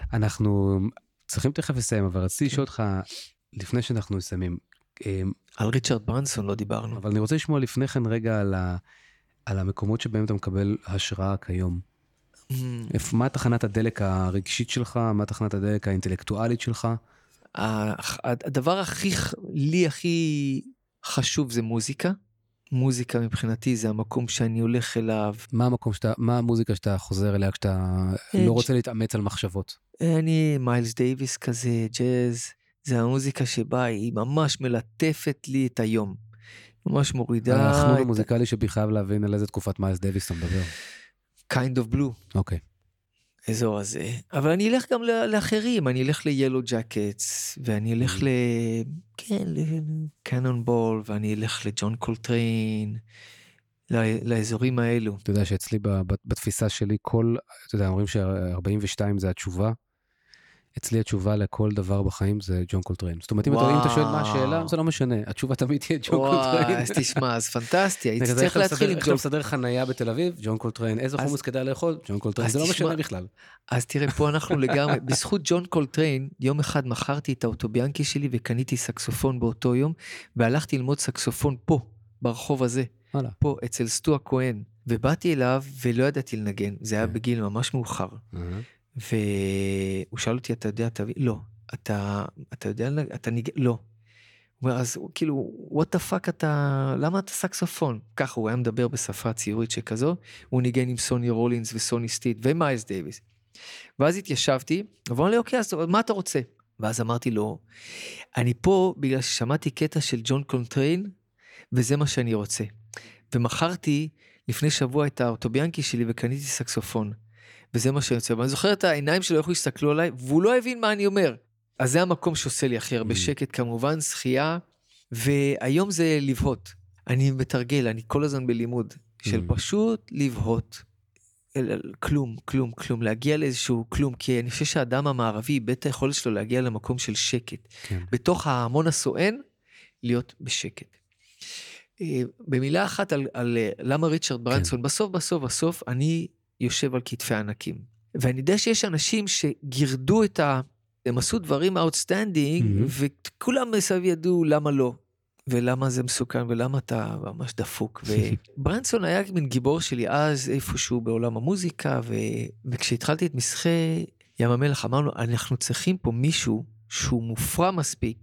אנחנו צריכים תכף לסיים, אבל רציתי לשאול אותך, לפני שאנחנו מסיימים, על ריצ'רד ברנסון לא דיברנו. אבל אני רוצה לשמוע לפני כן רגע על, ה, על המקומות שבהם אתה מקבל השראה כיום. מה תחנת הדלק הרגשית שלך? מה תחנת הדלק האינטלקטואלית שלך? הדבר הכי, לי הכי חשוב זה מוזיקה. מוזיקה מבחינתי זה המקום שאני הולך אליו. מה המקום שאתה, מה המוזיקה שאתה חוזר אליה כשאתה לא רוצה להתאמץ על מחשבות? אני מיילס דייביס כזה, ג'אז. זה המוזיקה שבה היא ממש מלטפת לי את היום. ממש מורידה. החנון המוזיקלי שבי חייב להבין על איזה תקופת מיילס דייביס אתה מדבר. Kind of Blue. אוקיי. אזור הזה. אבל אני אלך גם לאחרים. אני אלך ל-Yellow Jackets, ואני אלך ל... כן, ל-Cannonball, ואני אלך לג'ון קולטריין, לאזורים האלו. אתה יודע שאצלי בתפיסה שלי כל, אתה יודע, אומרים ש-ארבעים ושתיים זה התשובה. אצלי התשובה לכל דבר בחיים זה ג'ון קולטריין. זאת אומרת, אם אתה שואל מה השאלה, זה לא משנה. התשובה תמיד תהיה ג'ון קולטריין. וואי, אז תשמע, אז פנטסטי. הייתי צריך להתחיל עם ג'ון. איך אתה מסדר חנייה בתל אביב? ג'ון קולטריין. איזה חומוס כדאי לאכול? ג'ון קולטריין. זה לא משנה בכלל. אז תראה, פה אנחנו לגמרי, בזכות ג'ון קולטריין, יום אחד מכרתי את האוטוביאנקי שלי, וקניתי סקסופון באותו יום, והלכתי ללמוד סקסופון פה, ברחוב הזה. פה, אצל סטו הכהן. ובאתי אליו, ולא ידעתי לנגן. זה היה בגיל ממש מאוחר. והוא שאל אותי, אתה יודע, תביא, לא, אתה, אתה יודע, אתה ניגן, לא. הוא אומר, אז כאילו, what the fuck אתה, למה אתה סקסופון? ככה הוא היה מדבר בשפה ציורית שכזו, הוא ניגן עם סוני רולינס וסוני סטיט ומיילס דייביס. ואז התיישבתי, ואמר לי, אוקיי, אז מה אתה רוצה? ואז אמרתי לו, אני פה בגלל ששמעתי קטע של ג'ון קולטריין, וזה מה שאני רוצה. ומכרתי לפני שבוע את האוטוביאנקי שלי, וקניתי סקסופון. וזה מה שאני רוצה, ואני זוכר את העיניים שלו, איך הוא הסתכלו עליי, והוא לא הבין מה אני אומר. אז זה המקום שעושה לי הכי הרבה שקט, כמובן, שחייה, והיום זה לבהות. אני מתרגל, אני כל הזמן בלימוד, של פשוט לבהות, כלום, כלום, כלום, להגיע לאיזשהו כלום, כי אני חושב שהאדם המערבי, איבד את היכולת שלו להגיע למקום של שקט. בתוך ההמון הסואן, להיות בשקט. במילה אחת על, על למה ריצ'רד ברנסון, בסוף, בסוף, בסוף, אני יושב על כתפי ענקים. ואני יודע שיש אנשים שגירדו את ה... הם עשו דברים outstanding, mm-hmm. וכולם מסביב ידעו למה לא, ולמה זה מסוכן, ולמה אתה ממש דפוק. וברנסון היה מין גיבור שלי אז איפשהו בעולם המוזיקה, ו... וכשהתחלתי את משחי ים המלח, אמרנו, אנחנו צריכים פה מישהו שהוא מופרע מספיק,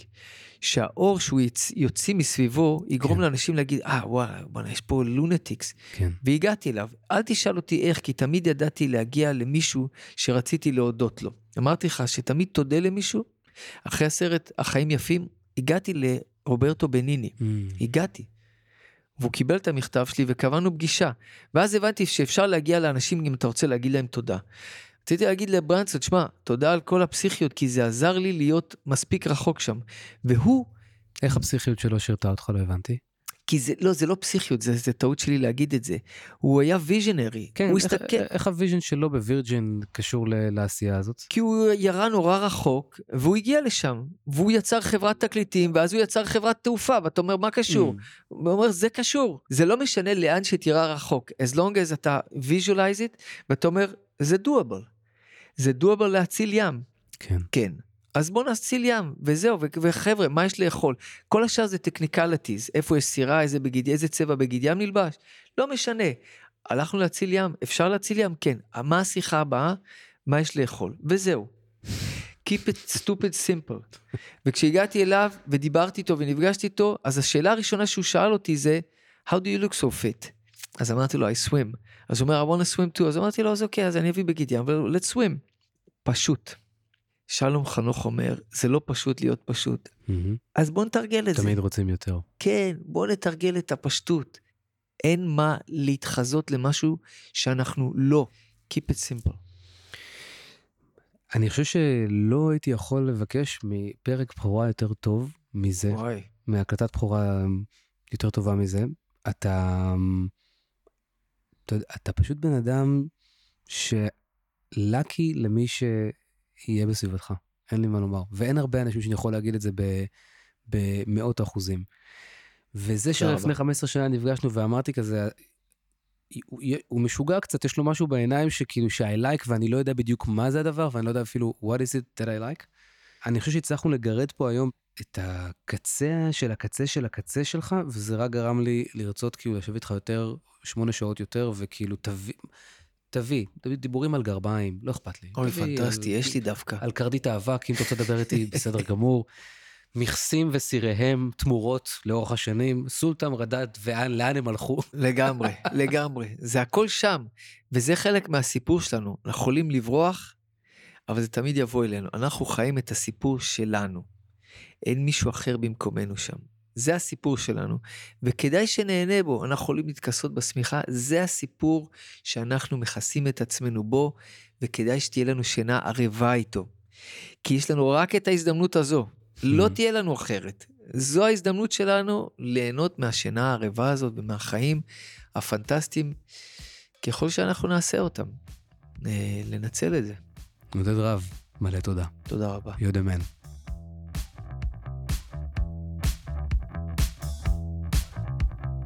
שהאור שהוא יוציא מסביבו, יגרום כן. לאנשים להגיד, אה, וואו, בוא, יש פה לונטיקס. כן. והגעתי אליו. אל תשאל אותי איך, כי תמיד ידעתי להגיע למישהו שרציתי להודות לו. אמרתי לך שתמיד תודה למישהו, אחרי הסרט החיים יפים, הגעתי לרוברטו בניני. Mm. הגעתי. והוא קיבל את המכתב שלי וקבענו פגישה. ואז הבנתי שאפשר להגיע לאנשים אם אתה רוצה להגיד להם תודה. רציתי להגיד לברנסון, תשמע, תודה על כל הפסיכיות, כי זה עזר לי להיות מספיק רחוק שם. והוא... איך הפסיכיות שלו שירתה אותך? לא הבנתי. כי זה, לא, זה לא פסיכיות, זה, זה טעות שלי להגיד את זה. הוא היה ויז'נרי. כן, הוא איך, הסתכל... איך הוויז'ן שלו בווירג'ין קשור ל- לעשייה הזאת? כי הוא ירה נורא רחוק, והוא הגיע לשם. והוא יצר חברת תקליטים, ואז הוא יצר חברת תעופה, ואתה אומר, מה קשור? Mm. הוא אומר, זה קשור. זה לא משנה לאן שתירה רחוק. As long as אתה visualize it, ואתה אומר, זה doable. זה דואבל להציל ים. כן. כן. אז בוא נציל ים, וזהו, וחבר'ה, מה יש לאכול? כל השאר זה טכניקליטיז, איפה יש סירה, איזה בגיד, איזה צבע בגיד ים נלבש? לא משנה. הלכנו להציל ים, אפשר להציל ים? כן. מה השיחה הבאה? מה יש לאכול? וזהו. Keep it stupid simple. וכשהגעתי אליו, ודיברתי איתו, ונפגשתי איתו, אז השאלה הראשונה שהוא שאל אותי זה, How do you look so fit? אז אמרתי לו, I swim. אז הוא אומר, I want to swim too. אז אמרתי לו, אז אוקיי, אז אני אביא בגיד ים, אבל let's swim. פשוט. שלום חנוך אומר, זה לא פשוט להיות פשוט. Mm-hmm. אז בוא נתרגל את תמיד זה. תמיד רוצים יותר. כן, בוא נתרגל את הפשטות. אין מה להתחזות למשהו שאנחנו לא. Keep it simple. אני חושב שלא הייתי יכול לבקש מפרק בחורה יותר טוב מזה. וואי. מהקלטת בחורה יותר טובה מזה. אתה... אתה, אתה פשוט בן אדם שלקי למי שיהיה בסביבתך. אין לי מה לומר. ואין הרבה אנשים שאני יכול להגיד את זה במאות אחוזים. וזה שלפני חמש עשרה שנה נפגשנו ואמרתי כזה, הוא, הוא משוגע קצת, יש לו משהו בעיניים שכאילו ש-I like, ואני לא יודע בדיוק מה זה הדבר, ואני לא יודע אפילו what is it that I like. אני חושב שהצלחנו לגרד פה היום את הקצה של הקצה של הקצה שלך, וזה רק גרם לי לרצות כאילו לשבת איתך יותר, שמונה שעות יותר, וכאילו תביא, תביא, תביא דיבורים על גרביים, לא אכפת לי. אוי, פנטסטי, יש לי דווקא. על קרדית האבק, אם אתה רוצה לדבר איתי, בסדר גמור. מכסים וסיריהם תמורות לאורך השנים, סולטם רדד ולאן הם הלכו. לגמרי, לגמרי. זה הכל שם, וזה חלק מהסיפור שלנו. אנחנו יכולים לברוח, אבל זה תמיד יבוא אלינו. אנחנו חיים את הסיפור שלנו. אין מישהו אחר במקומנו שם. זה הסיפור שלנו, וכדאי שנהנה בו. אנחנו יכולים להתכסות בשמיכה, זה הסיפור שאנחנו מכסים את עצמנו בו, וכדאי שתהיה לנו שינה ערבה איתו. כי יש לנו רק את ההזדמנות הזו. לא תהיה לנו אחרת. זו ההזדמנות שלנו ליהנות מהשינה הערבה הזאת ומהחיים הפנטסטיים, ככל שאנחנו נעשה אותם. לנצל את זה. נודד רב, מלא תודה. תודה רבה. יודמן.